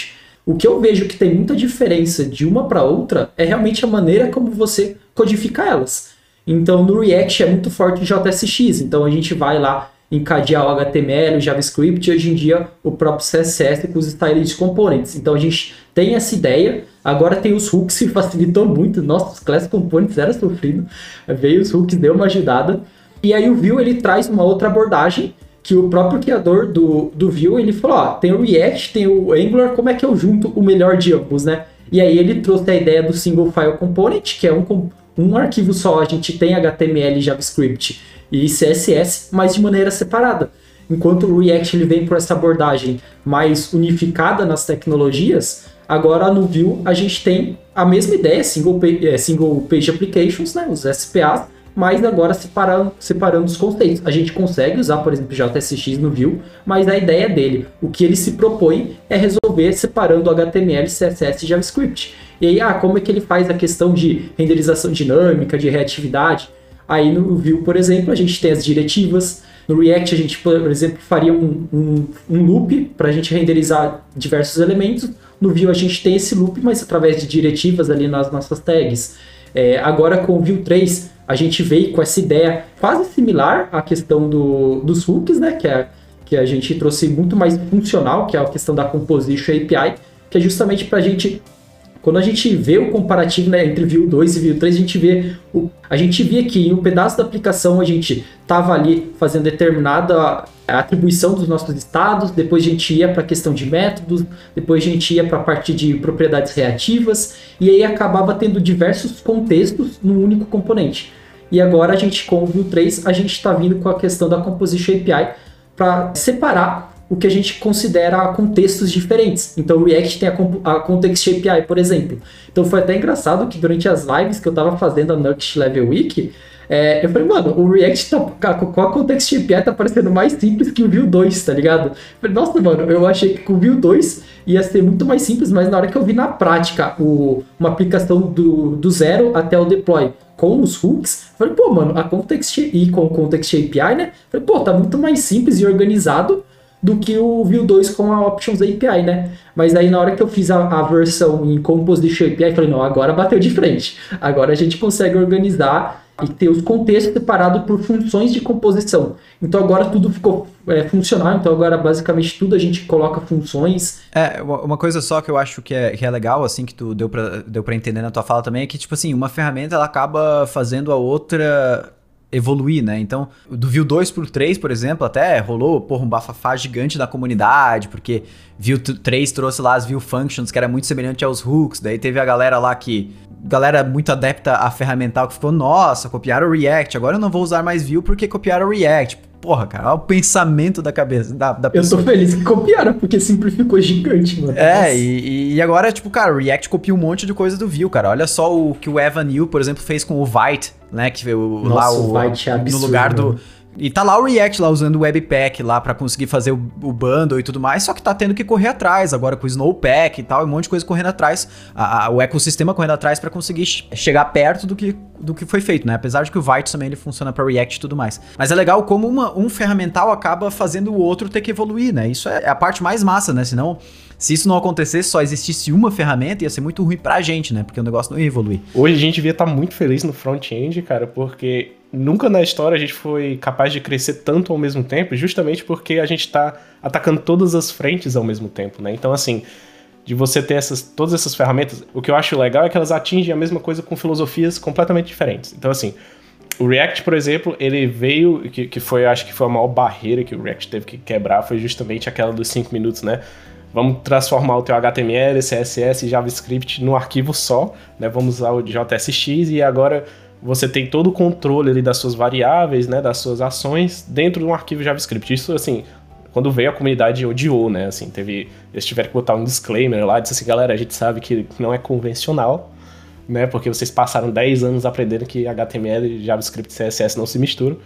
O que eu vejo que tem muita diferença de uma para outra é realmente a maneira como você codifica elas. Então, no React é muito forte o J S X, então a gente vai lá encadear o H T M L, o JavaScript e hoje em dia o próprio C S S com os Styled Components. Então a gente tem essa ideia, agora tem os hooks que facilitou muito, nossa, os Class Components era sofrido, veio os hooks, deu uma ajudada, e aí o Vue ele traz uma outra abordagem que o próprio criador do, do Vue, ele falou, ó, tem o React, tem o Angular, como é que eu junto o melhor de ambos, né? E aí ele trouxe a ideia do Single File Component, que é um, um arquivo só, a gente tem H T M L, JavaScript e C S S, mas de maneira separada. Enquanto o React ele vem por essa abordagem mais unificada nas tecnologias, agora no Vue a gente tem a mesma ideia, Single Page, é, single page Applications, né, os S P As, mas agora separando, separando os conceitos. A gente consegue usar, por exemplo, J S X no Vue, mas a ideia dele, o que ele se propõe é resolver separando H T M L, C S S e JavaScript. E aí, ah, como é que ele faz a questão de renderização dinâmica, de reatividade? Aí no Vue, por exemplo, a gente tem as diretivas. No React, a gente, por exemplo, faria um, um, um loop para a gente renderizar diversos elementos. No Vue, a gente tem esse loop, mas através de diretivas ali nas nossas tags. É, agora, com o Vue três, a gente veio com essa ideia quase similar à questão do, dos hooks, né? Que, é, que a gente trouxe muito mais funcional, que é a questão da Composition A P I, que é justamente para a gente... Quando a gente vê o comparativo, né, entre Vue dois e Vue três, a gente vê o, a gente via que em um pedaço da aplicação a gente estava ali fazendo determinada atribuição dos nossos estados, depois a gente ia para a questão de métodos, depois a gente ia para a parte de propriedades reativas, e aí acabava tendo diversos contextos num único componente. E agora a gente, com o Vue três, a gente está vindo com a questão da Composition A P I para separar o que a gente considera contextos diferentes. Então o React tem a, a Context A P I, por exemplo. Então foi até engraçado que durante as lives que eu tava fazendo a Next Level Week, é, eu falei, mano, o React tá, com a Context A P I tá parecendo mais simples que o Vue dois, tá ligado? Eu falei, nossa, mano, eu achei que com o Vue dois ia ser muito mais simples, mas na hora que eu vi na prática o, uma aplicação do, do zero até o deploy com os hooks, eu falei, pô, mano, a Context e com o Context A P I, né? Eu falei, pô, tá muito mais simples e organizado do que o Vue dois com a Options A P I, né? Mas aí na hora que eu fiz a, a versão em Composition A P I, eu falei, não, agora bateu de frente. Agora a gente consegue organizar e ter os contextos separados por funções de composição. Então agora tudo ficou é, funcional, então agora basicamente tudo a gente coloca funções. É, uma coisa só que eu acho que é, que é legal, assim, que tu deu pra, deu pra entender na tua fala também, é que, tipo assim, uma ferramenta ela acaba fazendo a outra evoluir, né? Então, do Vue dois pro três, por exemplo, até rolou, porra, um bafafá gigante da comunidade, porque Vue três trouxe lá as Vue Functions, que era muito semelhante aos hooks, daí teve a galera lá que... Galera muito adepta a ferramental que ficou, nossa, copiaram o React, agora eu não vou usar mais Vue porque copiaram o React. Porra, cara, olha o pensamento da cabeça da, da pessoa. Eu tô feliz que copiaram, porque simplificou gigante, mano. É, e, e agora, tipo, cara, o React copia um monte de coisa do Vue, cara. Olha só o que o Evan You, por exemplo, fez com o Vite, né? Que o, Nossa, lá o, o Vite é absurdo, no lugar do... mano. E tá lá o React lá usando o Webpack lá pra conseguir fazer o, o bundle e tudo mais, só que tá tendo que correr atrás agora com o Snowpack e tal, um monte de coisa correndo atrás, a, a, o ecossistema correndo atrás pra conseguir chegar perto do que, do que foi feito, né? Apesar de que o Vite também ele funciona pra React e tudo mais. Mas é legal como uma, um ferramental acaba fazendo o outro ter que evoluir, né? Isso é a parte mais massa, né? Senão, se isso não acontecesse, só existisse uma ferramenta, ia ser muito ruim pra gente, né? Porque o negócio não ia evoluir. Hoje a gente devia estar muito feliz no front-end, cara, porque nunca na história a gente foi capaz de crescer tanto ao mesmo tempo, justamente porque a gente tá atacando todas as frentes ao mesmo tempo, né? Então, assim, de você ter essas, todas essas ferramentas, o que eu acho legal é que elas atingem a mesma coisa com filosofias completamente diferentes. Então, assim, o React, por exemplo, ele veio, que, que foi, acho que foi a maior barreira que o React teve que quebrar, foi justamente aquela dos cinco minutos, né? Vamos transformar o teu H T M L, C S S e JavaScript num arquivo só, né? Vamos usar o J S X e agora você tem todo o controle ali das suas variáveis, né? Das suas ações dentro de um arquivo JavaScript. Isso, assim, quando veio a comunidade odiou, né? Assim, teve, eles tiveram que botar um disclaimer lá, disse assim, galera, a gente sabe que não é convencional, né? Porque vocês passaram dez anos aprendendo que H T M L, JavaScript e C S S não se misturam,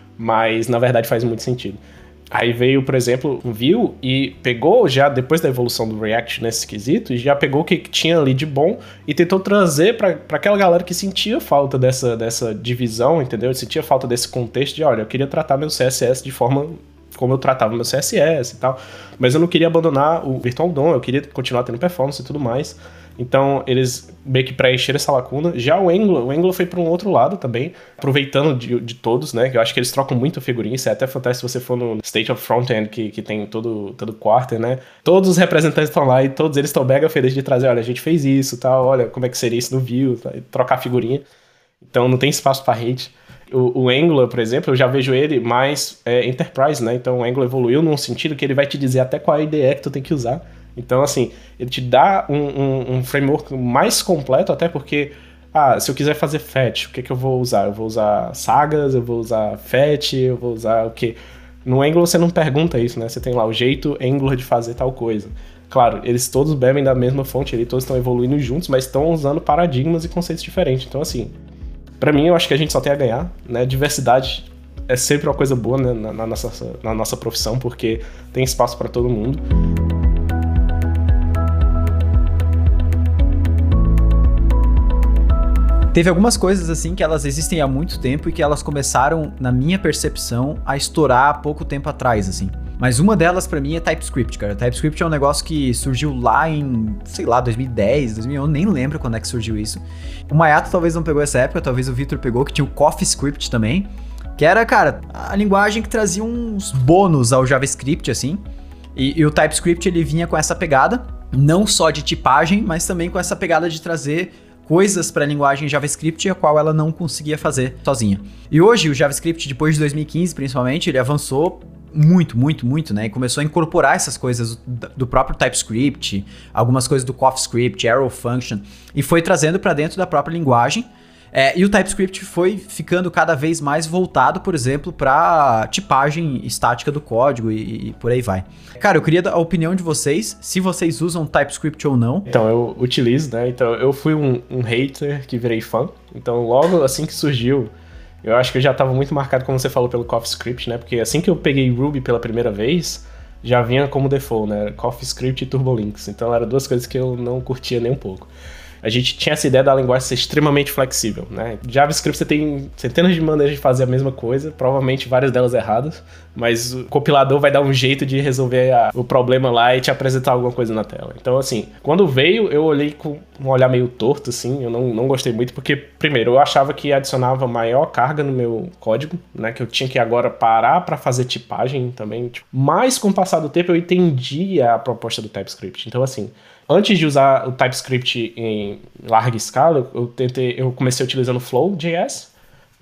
mas na verdade faz muito sentido. Aí veio, por exemplo, um Vue e pegou já, depois da evolução do React nesse quesito, e já pegou o que tinha ali de bom e tentou trazer para aquela galera que sentia falta dessa, dessa divisão, entendeu? Sentia falta desse contexto de, olha, eu queria tratar meu C S S de forma como eu tratava meu C S S e tal. Mas eu não queria abandonar o Virtual D O M, eu queria continuar tendo performance e tudo mais. Então, eles meio que preencheram essa lacuna. Já o Angular, o Angular foi para um outro lado também, aproveitando de, de todos, né? Que eu acho que eles trocam muito figurinha. Isso é até fantástico se você for no State of Frontend, que, que tem todo, todo quarter, né? Todos os representantes estão lá e todos eles estão mega felizes de trazer, olha, a gente fez isso, tal, olha como é que seria isso no Vue, tá? E trocar figurinha. Então, não tem espaço para hate. O, o Angular, por exemplo, eu já vejo ele mais é, enterprise, né? Então, o Angular evoluiu num sentido que ele vai te dizer até qual I D E que tu tem que usar. Então, assim, ele te dá um, um, um framework mais completo, até porque, ah, se eu quiser fazer fetch, o que que eu vou usar? Eu vou usar sagas, eu vou usar fetch, eu vou usar o quê? No Angular você não pergunta isso, né? Você tem lá o jeito Angular de fazer tal coisa. Claro, eles todos bebem da mesma fonte, ali, todos estão evoluindo juntos, mas estão usando paradigmas e conceitos diferentes. Então, assim, pra mim, eu acho que a gente só tem a ganhar, né? Diversidade é sempre uma coisa boa, né? na, na, nossa, na nossa profissão, porque tem espaço para todo mundo. Teve algumas coisas assim que elas existem há muito tempo e que elas começaram, na minha percepção, a estourar há pouco tempo atrás, assim. Mas uma delas pra mim é TypeScript, cara. TypeScript é um negócio que surgiu lá em, sei lá, dois mil e dez, dois mil e onze, nem lembro quando é que surgiu isso. O Mayato talvez não pegou essa época, talvez o Victor pegou, que tinha o CoffeeScript também, que era, cara, a linguagem que trazia uns bônus ao JavaScript, assim. E, e o TypeScript, ele vinha com essa pegada, não só de tipagem, mas também com essa pegada de trazer coisas para a linguagem JavaScript a qual ela não conseguia fazer sozinha. E hoje o JavaScript, depois de dois mil e quinze principalmente, ele avançou muito, muito, muito, né? E começou a incorporar essas coisas do próprio TypeScript, algumas coisas do CoffeeScript, Arrow Function, e foi trazendo para dentro da própria linguagem. É, e o TypeScript foi ficando cada vez mais voltado, por exemplo, para tipagem estática do código e, e por aí vai. Cara, eu queria a opinião de vocês, se vocês usam TypeScript ou não. Então, eu utilizo, né? Então, eu fui um, um hater que virei fã. Então, logo assim que surgiu, eu acho que eu já estava muito marcado, como você falou, pelo CoffeeScript, né? Porque assim que eu peguei Ruby pela primeira vez, já vinha como default, né? CoffeeScript e TurboLinks. Então, eram duas coisas que eu não curtia nem um pouco. A gente tinha essa ideia da linguagem ser extremamente flexível, né? JavaScript você tem centenas de maneiras de fazer a mesma coisa, provavelmente várias delas erradas, mas o compilador vai dar um jeito de resolver a, o problema lá e te apresentar alguma coisa na tela. Então, assim, quando veio, eu olhei com um olhar meio torto, assim, eu não, não gostei muito, porque, primeiro, eu achava que adicionava maior carga no meu código, né? Que eu tinha que agora parar para fazer tipagem também. Tipo, mas, com o passar do tempo, eu entendi a proposta do TypeScript. Então, assim, antes de usar o TypeScript em larga escala, eu, tentei, eu comecei utilizando Flow.js,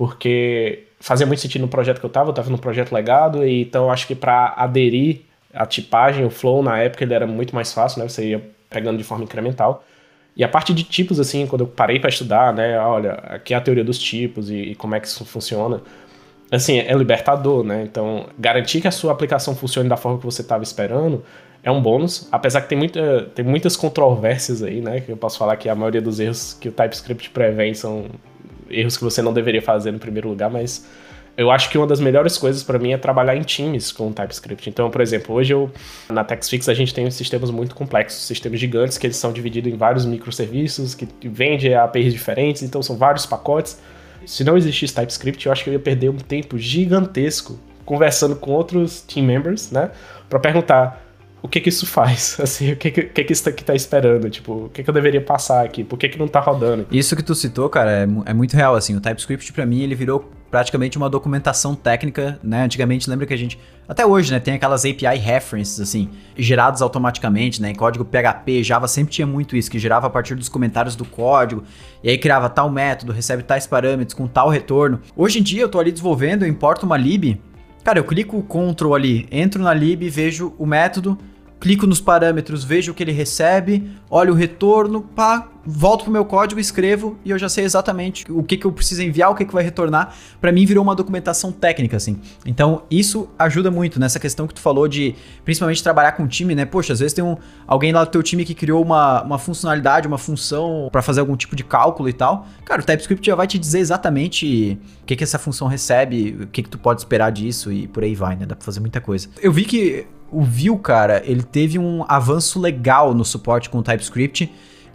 porque fazia muito sentido no projeto que eu estava, eu estava no projeto legado, e então acho que para aderir à tipagem, o Flow na época ele era muito mais fácil, né? Você ia pegando de forma incremental. E a parte de tipos, assim, quando eu parei para estudar, né? Olha, aqui é a teoria dos tipos e, e como é que isso funciona. Assim, é libertador, né? Então, garantir que a sua aplicação funcione da forma que você estava esperando é um bônus, apesar que tem, muita, tem muitas controvérsias aí, né? Que eu posso falar que a maioria dos erros que o TypeScript prevê são erros que você não deveria fazer no primeiro lugar, mas eu acho que uma das melhores coisas para mim é trabalhar em times com o TypeScript. Então, por exemplo, hoje eu, na TextFix a gente tem sistemas muito complexos, sistemas gigantes que eles são divididos em vários microserviços, que vendem A P Is diferentes, então são vários pacotes. Se não existisse TypeScript, eu acho que eu ia perder um tempo gigantesco conversando com outros team members, né? Para perguntar o que que isso faz, assim, o que que, que, que isso aqui tá esperando, tipo, o que que eu deveria passar aqui, por que que não tá rodando. Isso que tu citou, cara, é, é muito real, assim, o TypeScript pra mim, ele virou praticamente uma documentação técnica, né, antigamente, lembra que a gente, até hoje, né, tem aquelas A P I references, assim, geradas automaticamente, né, em código P H P, Java sempre tinha muito isso, que gerava a partir dos comentários do código, e aí criava tal método, recebe tais parâmetros, com tal retorno. Hoje em dia, eu tô ali desenvolvendo, eu importo uma lib. Cara, eu clico o Ctrl ali, entro na lib, vejo o método, clico nos parâmetros, vejo o que ele recebe, olho o retorno, pá, volto pro meu código, escrevo e eu já sei exatamente o que, que eu preciso enviar, o que, que vai retornar. Pra mim virou uma documentação técnica, assim. Então isso ajuda muito nessa questão que tu falou de, principalmente, trabalhar com time, né? Poxa, às vezes tem um, alguém lá do teu time que criou uma, uma funcionalidade, uma função pra fazer algum tipo de cálculo e tal. Cara, o TypeScript já vai te dizer exatamente o que, que essa função recebe, o que, que tu pode esperar disso e por aí vai, né? Dá pra fazer muita coisa. Eu vi que o Vue, cara, ele teve um avanço legal no suporte com o TypeScript,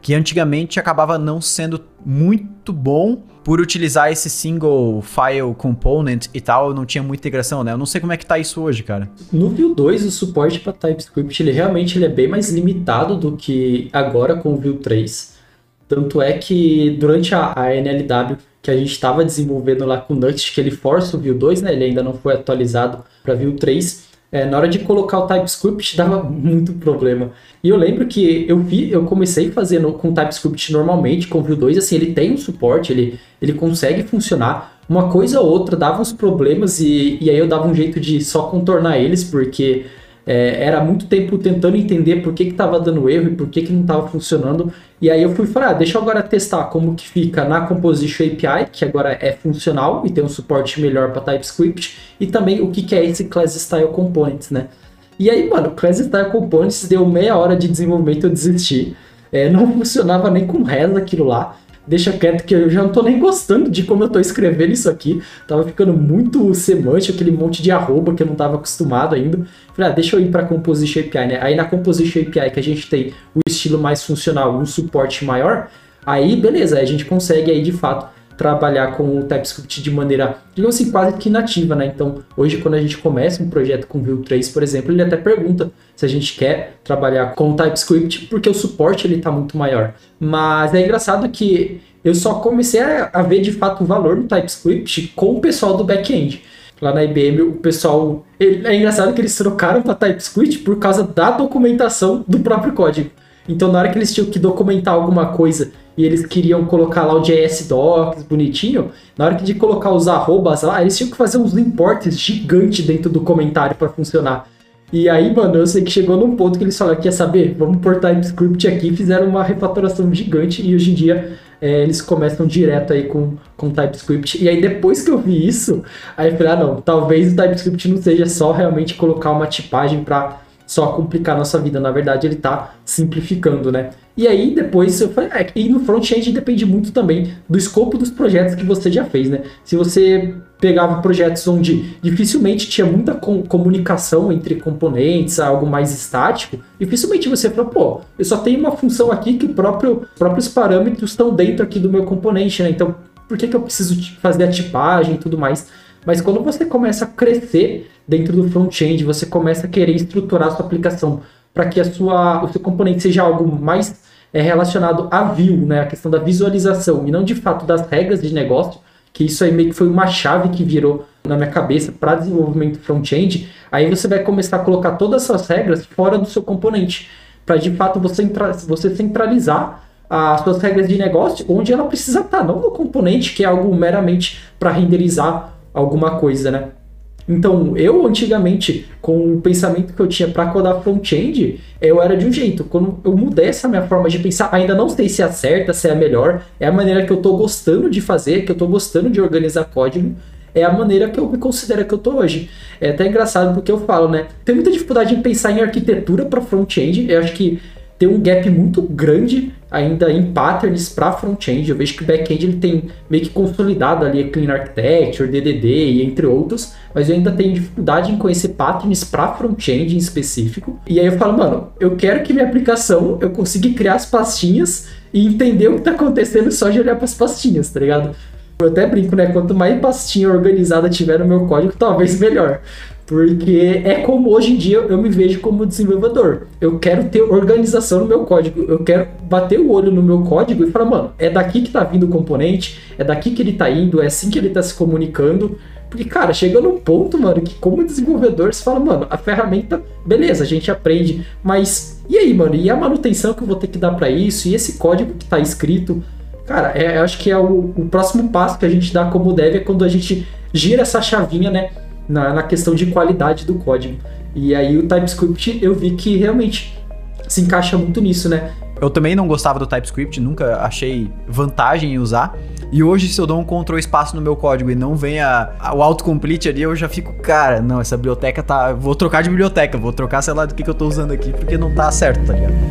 que antigamente acabava não sendo muito bom por utilizar esse single file component e tal, não tinha muita integração, né? Eu não sei como é que tá isso hoje, cara. No Vue dois, o suporte para TypeScript, ele realmente ele é bem mais limitado do que agora com o Vue três. Tanto é que durante a, a N L W que a gente estava desenvolvendo lá com o Next, que ele força o Vue dois, né? Ele ainda não foi atualizado para Vue três. É, na hora de colocar o TypeScript dava muito problema. E eu lembro que eu vi, eu comecei fazendo com TypeScript normalmente, com o Vue dois, assim, ele tem um suporte, ele, ele consegue funcionar. Uma coisa ou outra dava uns problemas e, e aí eu dava um jeito de só contornar eles, porque é, era muito tempo tentando entender por que que tava dando erro e por que que não tava funcionando. E aí eu fui falar, ah, deixa eu agora testar como que fica na Composition A P I, que agora é funcional e tem um suporte melhor para TypeScript, e também o que que é esse Class Style Components, né? E aí, mano, Class Style Components deu meia hora de desenvolvimento, eu desisti. É, não funcionava nem com reza aquilo lá. Deixa quieto que eu já não tô nem gostando de como eu tô escrevendo isso aqui. Tava ficando muito semântico, aquele monte de arroba que eu não tava acostumado ainda. Falei, ah, deixa eu ir pra Composition A P I, né? Aí na Composition A P I que a gente tem o estilo mais funcional, um suporte maior, aí beleza, aí a gente consegue aí de fato trabalhar com o TypeScript de maneira, digamos assim, quase que nativa, né? Então, hoje quando a gente começa um projeto com Vue três, por exemplo, ele até pergunta se a gente quer trabalhar com o TypeScript, porque o suporte ele tá muito maior. Mas é engraçado que eu só comecei a ver de fato o valor no TypeScript com o pessoal do back-end. Lá na I B M, o pessoal... Ele, é engraçado que eles trocaram para TypeScript por causa da documentação do próprio código. Então, na hora que eles tinham que documentar alguma coisa e eles queriam colocar lá o J S Docs bonitinho, na hora de colocar os arrobas lá, eles tinham que fazer uns imports gigantes dentro do comentário para funcionar. E aí, mano, eu sei que chegou num ponto que eles falaram, quer saber, vamos pôr TypeScript aqui, fizeram uma refatoração gigante e hoje em dia é, eles começam direto aí com, com TypeScript. E aí depois que eu vi isso, aí eu falei, ah não, talvez o TypeScript não seja só realmente colocar uma tipagem para só complicar a nossa vida, na verdade ele tá simplificando, né? E aí depois eu falei, é, e no front-end depende muito também do escopo dos projetos que você já fez, né? Se você pegava projetos onde dificilmente tinha muita com- comunicação entre componentes, algo mais estático, dificilmente você fala, pô, eu só tenho uma função aqui que o próprio, os próprios parâmetros estão dentro aqui do meu componente, né? Então, por que que eu preciso fazer a tipagem e tudo mais? Mas quando você começa a crescer dentro do front-end, você começa a querer estruturar a sua aplicação para que a sua, o seu componente seja algo mais é, relacionado à view, né? A questão da visualização, e não de fato das regras de negócio, que isso aí meio que foi uma chave que virou na minha cabeça para desenvolvimento front-end. Aí você vai começar a colocar todas as suas regras fora do seu componente, para de fato você, entra, você centralizar as suas regras de negócio onde ela precisa estar, não no componente, que é algo meramente para renderizar alguma coisa, né? Então, eu antigamente, com o pensamento que eu tinha para codar front-end, eu era de um jeito. Quando eu mudei essa minha forma de pensar, ainda não sei se é a certa, se é a melhor, é a maneira que eu tô gostando de fazer, que eu tô gostando de organizar código, é a maneira que eu me considero que eu tô hoje. É até engraçado porque eu falo, né? Tem muita dificuldade em pensar em arquitetura para front-end. Eu acho que tem um gap muito grande ainda em patterns para front-end. Eu vejo que o back-end ele tem meio que consolidado ali a Clean Architecture, D D D e entre outros, mas eu ainda tenho dificuldade em conhecer patterns para front-end em específico. E aí eu falo, mano, eu quero que minha aplicação eu consiga criar as pastinhas e entender o que tá acontecendo só de olhar para as pastinhas, tá ligado? Eu até brinco, né? Quanto mais pastinha organizada tiver no meu código, talvez melhor. Porque é como hoje em dia eu me vejo como desenvolvedor. Eu quero ter organização no meu código. Eu quero bater o olho no meu código e falar, mano, é daqui que tá vindo o componente, é daqui que ele tá indo, é assim que ele tá se comunicando. Porque, cara, chega num ponto, mano, que como desenvolvedor você fala, mano, a ferramenta, beleza, a gente aprende, mas e aí, mano? E a manutenção que eu vou ter que dar pra isso? E esse código que tá escrito? Cara, é, eu acho que é o, o próximo passo que a gente dá como dev é quando a gente gira essa chavinha, né? Na, na questão de qualidade do código. E aí o TypeScript eu vi que realmente se encaixa muito nisso, né? Eu também não gostava do TypeScript, nunca achei vantagem em usar. E hoje, se eu dou um Ctrl espaço no meu código e não vem a, a, o autocomplete ali, eu já fico, cara, não, essa biblioteca tá... Vou trocar de biblioteca, vou trocar, sei lá, do que, que eu tô usando aqui, porque não tá certo, tá ligado?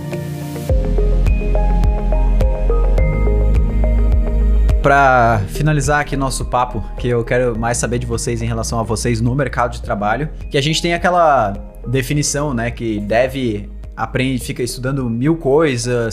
Para finalizar aqui nosso papo, que eu quero mais saber de vocês em relação a vocês no mercado de trabalho, que a gente tem aquela definição, né, que dev aprende, fica estudando mil coisas,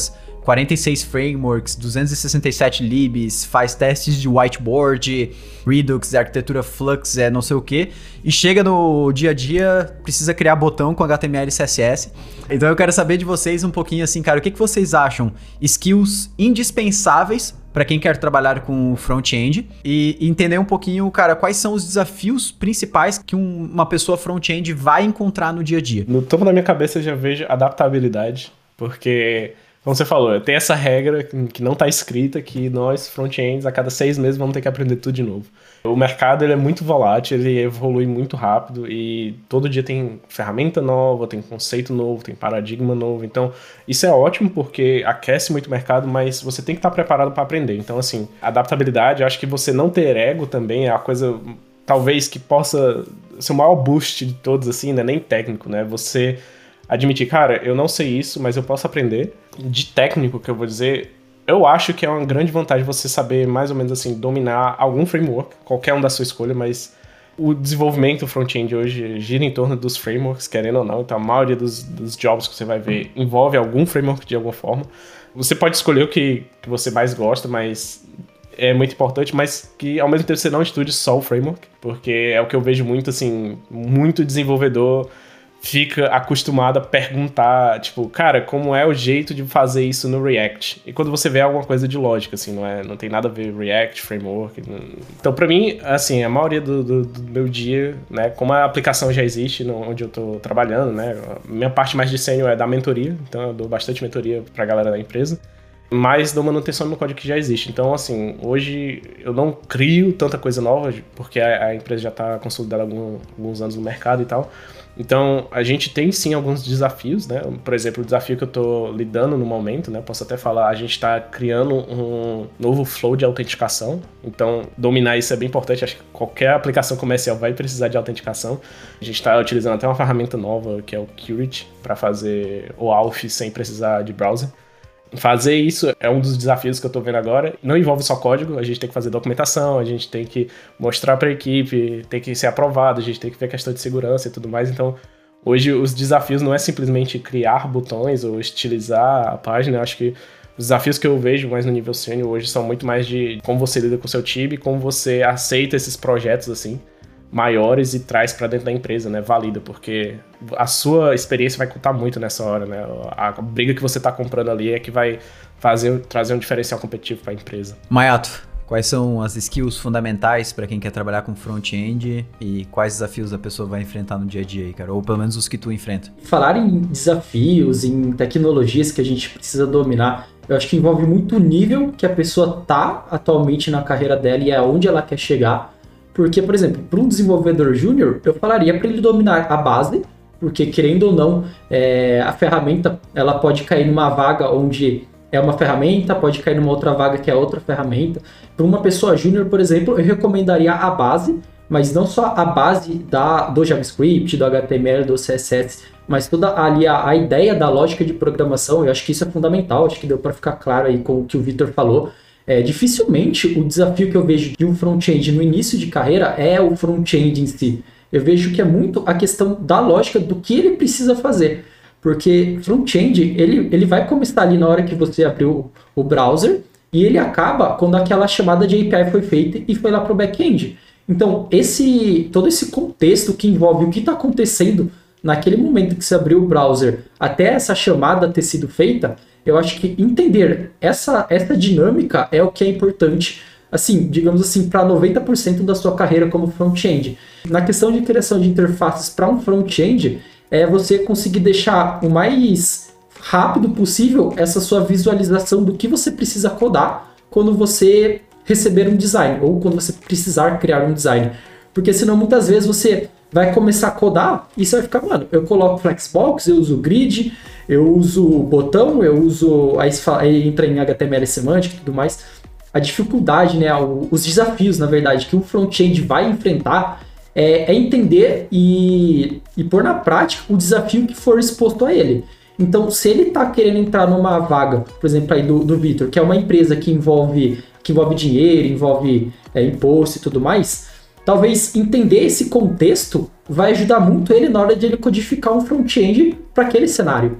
quarenta e seis frameworks, duzentos e sessenta e sete libs, faz testes de whiteboard, Redux, arquitetura Flux, é não sei o que, e chega no dia a dia, precisa criar botão com H T M L e C S S. Então eu quero saber de vocês um pouquinho assim, cara, o que, que vocês acham? Skills indispensáveis para quem quer trabalhar com front-end e entender um pouquinho, cara, quais são os desafios principais que um, uma pessoa front-end vai encontrar no dia a dia. No topo da minha cabeça eu já vejo adaptabilidade, porque, como você falou, tem essa regra que não está escrita, que nós, front-ends, a cada seis meses vamos ter que aprender tudo de novo. O mercado ele é muito volátil, ele evolui muito rápido e todo dia tem ferramenta nova, tem conceito novo, tem paradigma novo. Então, isso é ótimo porque aquece muito o mercado, mas você tem que estar preparado para aprender. Então, assim, adaptabilidade, eu acho que você não ter ego também é a coisa, talvez, que possa ser o maior boost de todos, assim, né? Nem técnico, né? Você admitir, cara, eu não sei isso, mas eu posso aprender. De técnico, que eu vou dizer, eu acho que é uma grande vantagem você saber, mais ou menos assim, dominar algum framework, qualquer um da sua escolha, mas o desenvolvimento front-end hoje gira em torno dos frameworks, querendo ou não. Então, a maioria dos, dos jobs que você vai ver envolve algum framework de alguma forma. Você pode escolher o que, que você mais gosta, mas é muito importante, mas que ao mesmo tempo você não estude só o framework, porque é o que eu vejo muito, assim, muito desenvolvedor fica acostumado a perguntar, tipo, cara, como é o jeito de fazer isso no React? E quando você vê alguma coisa de lógica, assim, não, é, não tem nada a ver React, framework. Não... Então, pra mim, assim, a maioria do, do, do meu dia, né, como a aplicação já existe no, onde eu tô trabalhando, né, minha parte mais de sênior é da mentoria, então eu dou bastante mentoria pra galera da empresa, mas dou manutenção no código que já existe. Então, assim, hoje eu não crio tanta coisa nova, porque a, a empresa já tá consolidada há algum, alguns anos no mercado e tal. Então, a gente tem sim alguns desafios, né? Por exemplo, o desafio que eu tô lidando no momento, né? Posso até falar, a gente tá criando um novo flow de autenticação. Então, dominar isso é bem importante. Acho que qualquer aplicação comercial vai precisar de autenticação. A gente tá utilizando até uma ferramenta nova, que é o Curate, para fazer o Auth sem precisar de browser. Fazer isso é um dos desafios que eu tô vendo agora. Não envolve só código, a gente tem que fazer documentação, a gente tem que mostrar para a equipe, tem que ser aprovado, a gente tem que ver a questão de segurança e tudo mais. Então, hoje os desafios não é simplesmente criar botões ou estilizar a página. Eu acho que os desafios que eu vejo mais no nível sênior hoje são muito mais de como você lida com o seu time, como você aceita esses projetos assim maiores e traz para dentro da empresa, né? Valida, porque a sua experiência vai contar muito nessa hora, né? A briga que você está comprando ali é que vai fazer, trazer um diferencial competitivo para a empresa. Mayato, quais são as skills fundamentais para quem quer trabalhar com front-end e quais desafios a pessoa vai enfrentar no dia a dia aí, cara? Ou pelo menos os que tu enfrenta. Falar em desafios, em tecnologias que a gente precisa dominar, eu acho que envolve muito o nível que a pessoa tá atualmente na carreira dela e aonde ela quer chegar. Porque, por exemplo, para um desenvolvedor júnior, eu falaria para ele dominar a base, porque, querendo ou não, é, a ferramenta ela pode cair numa vaga onde é uma ferramenta, pode cair numa outra vaga que é outra ferramenta. Para uma pessoa júnior, por exemplo, eu recomendaria a base, mas não só a base da, do JavaScript, do H T M L, do C S S, mas toda ali a, a ideia da lógica de programação. Eu acho que isso é fundamental, acho que deu para ficar claro aí com o que o Vitor falou. É, dificilmente o desafio que eu vejo de um front-end no início de carreira é o front-end em si. Eu vejo que é muito a questão da lógica do que ele precisa fazer. Porque front-end, ele, ele vai começar ali na hora que você abriu o, o browser e ele acaba quando aquela chamada de A P I foi feita e foi lá para o back-end. Então, esse, todo esse contexto que envolve o que está acontecendo naquele momento que você abriu o browser até essa chamada ter sido feita, eu acho que entender essa, essa dinâmica é o que é importante, assim, digamos assim, para noventa por cento da sua carreira como front-end. Na questão de criação de interfaces para um front-end, é você conseguir deixar o mais rápido possível essa sua visualização do que você precisa codar quando você receber um design, ou quando você precisar criar um design. Porque senão muitas vezes você vai começar a codar e você vai ficar, mano, eu coloco Flexbox, eu uso grid, eu uso botão, eu uso, aí, aí entra em H T M L semântica e tudo mais. A dificuldade, né, os desafios, na verdade, que um front-end vai enfrentar é, é entender e, e pôr na prática o desafio que for exposto a ele. Então, se ele está querendo entrar numa vaga, por exemplo, aí do, do Vitor, que é uma empresa que envolve, que envolve dinheiro, envolve é, imposto e tudo mais, talvez entender esse contexto vai ajudar muito ele na hora de ele codificar um front-end para aquele cenário.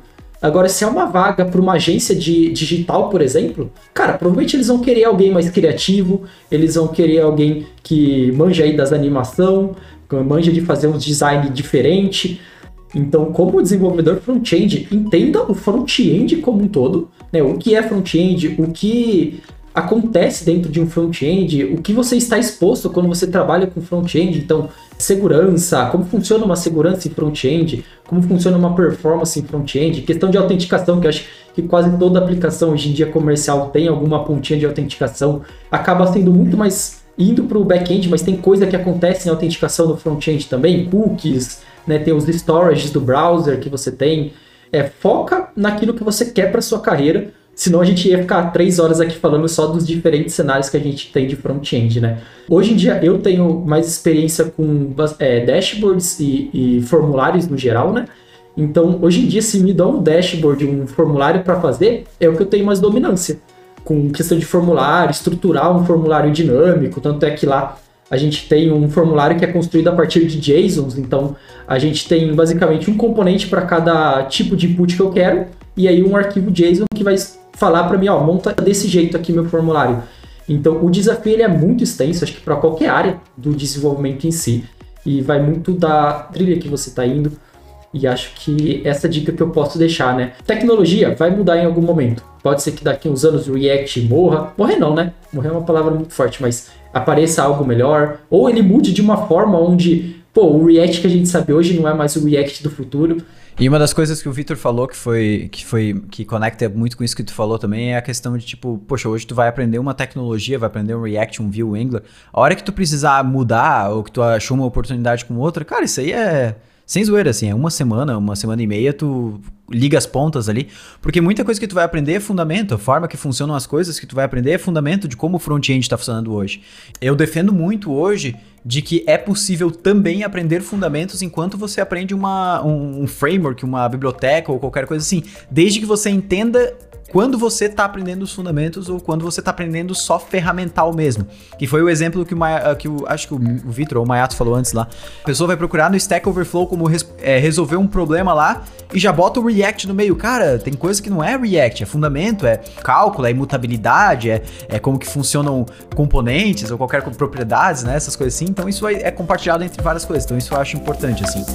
Agora, se é uma vaga para uma agência de digital, por exemplo, cara, provavelmente eles vão querer alguém mais criativo, eles vão querer alguém que manja aí das animação, manja de fazer um design diferente. Então, como desenvolvedor front-end, entenda o front-end como um todo, né? O que é front-end, o que acontece dentro de um front-end, o que você está exposto quando você trabalha com front-end. Então, segurança, como funciona uma segurança em front-end, como funciona uma performance em front-end, questão de autenticação, que eu acho que quase toda aplicação hoje em dia comercial tem alguma pontinha de autenticação, acaba sendo muito mais indo para o back-end, mas tem coisa que acontece em autenticação no front-end também, cookies, né, tem os storages do browser que você tem. É, foca naquilo que você quer para sua carreira, senão a gente ia ficar três horas aqui falando só dos diferentes cenários que a gente tem de front-end, né? Hoje em dia eu tenho mais experiência com é, dashboards e, e formulários no geral, né? Então, hoje em dia, se me dão um dashboard, um formulário para fazer, é o que eu tenho mais dominância. Com questão de formulário, estruturar um formulário dinâmico, tanto é que lá a gente tem um formulário que é construído a partir de JSONs, então a gente tem basicamente um componente para cada tipo de input que eu quero, e aí um arquivo JSON que vai falar para mim, ó, monta desse jeito aqui meu formulário. Então o desafio ele é muito extenso, acho que para qualquer área do desenvolvimento em si, e vai muito da trilha que você está indo, e acho que essa dica que eu posso deixar, né? Tecnologia vai mudar em algum momento. Pode ser que daqui a uns anos o React morra. Morrer não, né? Morrer é uma palavra muito forte, mas apareça algo melhor. Ou ele mude de uma forma onde, pô, o React que a gente sabe hoje não é mais o React do futuro. E uma das coisas que o Vitor falou que foi, que foi que conecta muito com isso que tu falou também é a questão de tipo, poxa, hoje tu vai aprender uma tecnologia, vai aprender um React, um Vue, um Angular. A hora que tu precisar mudar ou que tu achou uma oportunidade com outra, cara, isso aí é... Sem zoeira, assim, é uma semana, uma semana e meia, tu liga as pontas ali, porque muita coisa que tu vai aprender é fundamento, a forma que funcionam as coisas que tu vai aprender é fundamento de como o front-end está funcionando hoje. Eu defendo muito hoje de que é possível também aprender fundamentos enquanto você aprende uma, um, um framework, uma biblioteca ou qualquer coisa assim, desde que você entenda quando você está aprendendo os fundamentos ou quando você está aprendendo só ferramental mesmo. Que foi o exemplo que o, Ma- que o acho que o Vitor ou o Mayato falou antes lá. A pessoa vai procurar no Stack Overflow como res- é, resolver um problema lá e já bota o React no meio. Cara, tem coisa que não é React, é fundamento, é cálculo, é imutabilidade, é, é como que funcionam componentes ou qualquer propriedades, né? Essas coisas assim. Então isso é compartilhado entre várias coisas. Então isso eu acho importante, assim.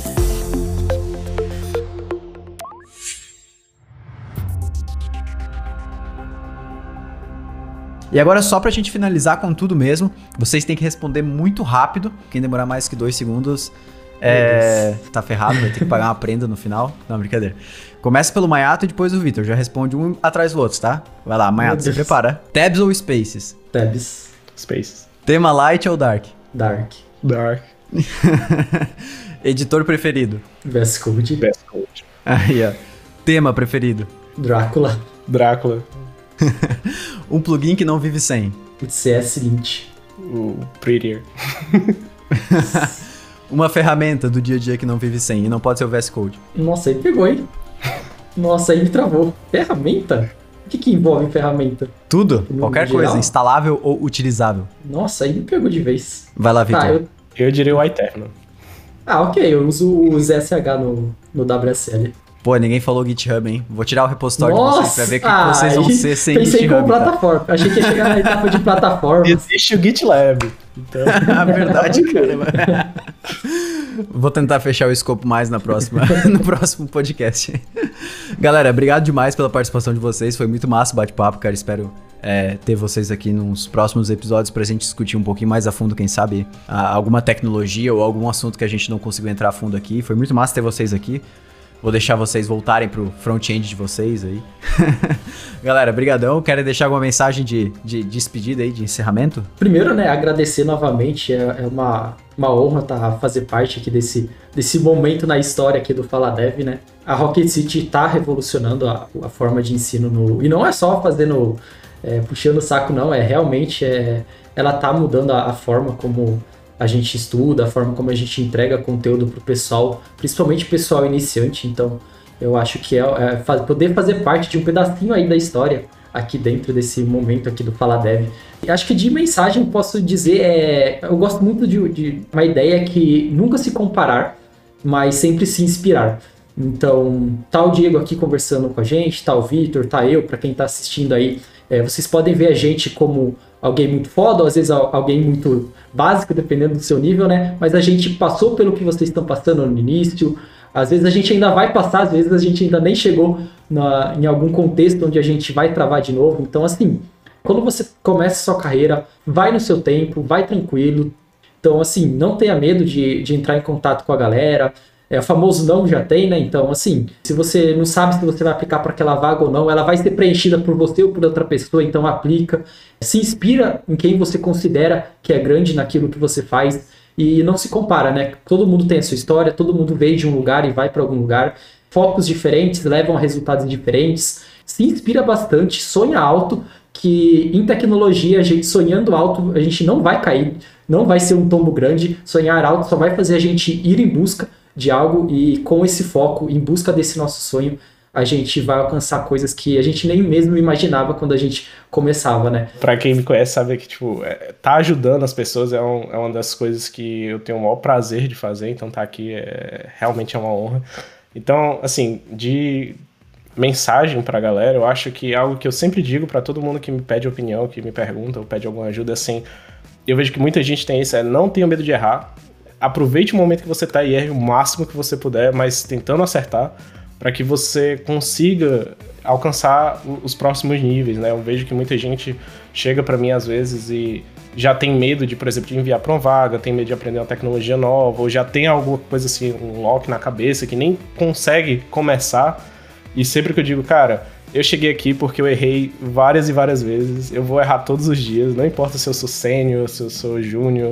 E agora, só pra gente finalizar com tudo mesmo, vocês têm que responder muito rápido. Quem demorar mais que dois segundos é... tá ferrado, vai ter que pagar uma prenda no final. Não, brincadeira. Começa pelo Mayato e depois o Vitor. Já responde um atrás do outro, tá? Vai lá, Mayato, se prepara. Tabs ou Spaces? Tabs. Spaces. Tema Light ou Dark? Dark. Dark. Editor preferido? V S Code. V S Code. Aí, ó. Tema preferido? Drácula. Drácula. Um plugin que não vive sem? O C S Lint. O Prettier. Uma ferramenta do dia a dia que não vive sem e não pode ser o V S Code. Nossa, aí pegou, hein? Nossa, aí me travou. Ferramenta? O que que envolve ferramenta? Tudo, No qualquer geral? coisa, instalável ou utilizável. Nossa, aí me pegou de vez. Vai lá, Vitor. Tá, eu... Eu diria o iTerno. Ah, ok, eu uso o Z S H no, no W S L. Pô, ninguém falou GitHub, hein? Vou tirar o repositório de Nossa, vocês pra ver o que, que vocês vão ai, ser sem pensei GitHub. como plataforma. Achei que ia chegar na etapa de plataforma. Existe o GitLab. Então... A verdade, cara. Vou tentar fechar o escopo mais na próxima, no próximo podcast. Galera, obrigado demais pela participação de vocês. Foi muito massa o bate-papo, cara. Espero é, ter vocês aqui nos próximos episódios pra gente discutir um pouquinho mais a fundo, quem sabe, a, alguma tecnologia ou algum assunto que a gente não conseguiu entrar a fundo aqui. Foi muito massa ter vocês aqui. Vou deixar vocês voltarem pro front-end de vocês aí. Galera, brigadão. Querem deixar alguma mensagem de, de, de despedida aí, de encerramento? Primeiro, né, agradecer novamente. É, é uma, uma honra tá, fazer parte aqui desse, desse momento na história aqui do Fala Dev, né? A Rocket City tá revolucionando a, a forma de ensino no... E não é só fazendo... É, puxando o saco, não. É realmente... É, ela tá mudando a, a forma como... a gente estuda, a forma como a gente entrega conteúdo pro pessoal, principalmente pessoal iniciante. Então, eu acho que é, é faz, poder fazer parte de um pedacinho aí da história aqui dentro desse momento aqui do Fala Dev. E acho que de mensagem posso dizer, é, eu gosto muito de, de uma ideia que nunca se comparar, mas sempre se inspirar. Então, tá o Diego aqui conversando com a gente, tá o Vitor, tá eu, para quem tá assistindo aí. É, vocês podem ver a gente como alguém muito foda, ou às vezes alguém muito básico, dependendo do seu nível, né? Mas a gente passou pelo que vocês estão passando no início. Às vezes a gente ainda vai passar, às vezes a gente ainda nem chegou na, em algum contexto onde a gente vai travar de novo. Então, assim, quando você começa a sua carreira, vai no seu tempo, vai tranquilo. Então, assim, não tenha medo de, de entrar em contato com a galera. É, o famoso não já tem, né? Então, assim, se você não sabe se você vai aplicar para aquela vaga ou não, ela vai ser preenchida por você ou por outra pessoa, então aplica. Se inspira em quem você considera que é grande naquilo que você faz e não se compara, né? Todo mundo tem a sua história, todo mundo veio de um lugar e vai para algum lugar. Focos diferentes levam a resultados diferentes. Se inspira bastante, sonha alto, que em tecnologia, a gente sonhando alto, a gente não vai cair, não vai ser um tombo grande. Sonhar alto só vai fazer a gente ir em busca de algo e com esse foco, em busca desse nosso sonho, a gente vai alcançar coisas que a gente nem mesmo imaginava quando a gente começava, né? Pra quem me conhece sabe que, tipo, é, tá ajudando as pessoas é, um, é uma das coisas que eu tenho o maior prazer de fazer, então tá aqui é, realmente é uma honra. Então, assim, de mensagem pra galera, eu acho que algo que eu sempre digo pra todo mundo que me pede opinião, que me pergunta ou pede alguma ajuda, assim, eu vejo que muita gente tem isso, é não tenha medo de errar. Aproveite o momento que você está e erre o máximo que você puder, mas tentando acertar, para que você consiga alcançar os próximos níveis, né? Eu vejo que muita gente chega para mim às vezes e já tem medo de, por exemplo, de enviar para uma vaga, tem medo de aprender uma tecnologia nova, ou já tem alguma coisa assim, um lock na cabeça que nem consegue começar. E sempre que eu digo, cara, eu cheguei aqui porque eu errei várias e várias vezes, eu vou errar todos os dias, não importa se eu sou sênior, se eu sou júnior,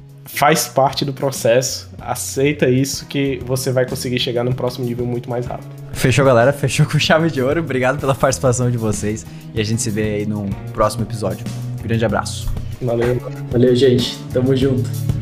faz parte do processo, aceita isso que você vai conseguir chegar no próximo nível muito mais rápido. Fechou, galera? Fechou com chave de ouro. Obrigado pela participação de vocês e a gente se vê aí no próximo episódio. Grande abraço. Valeu. Valeu, gente. Tamo junto.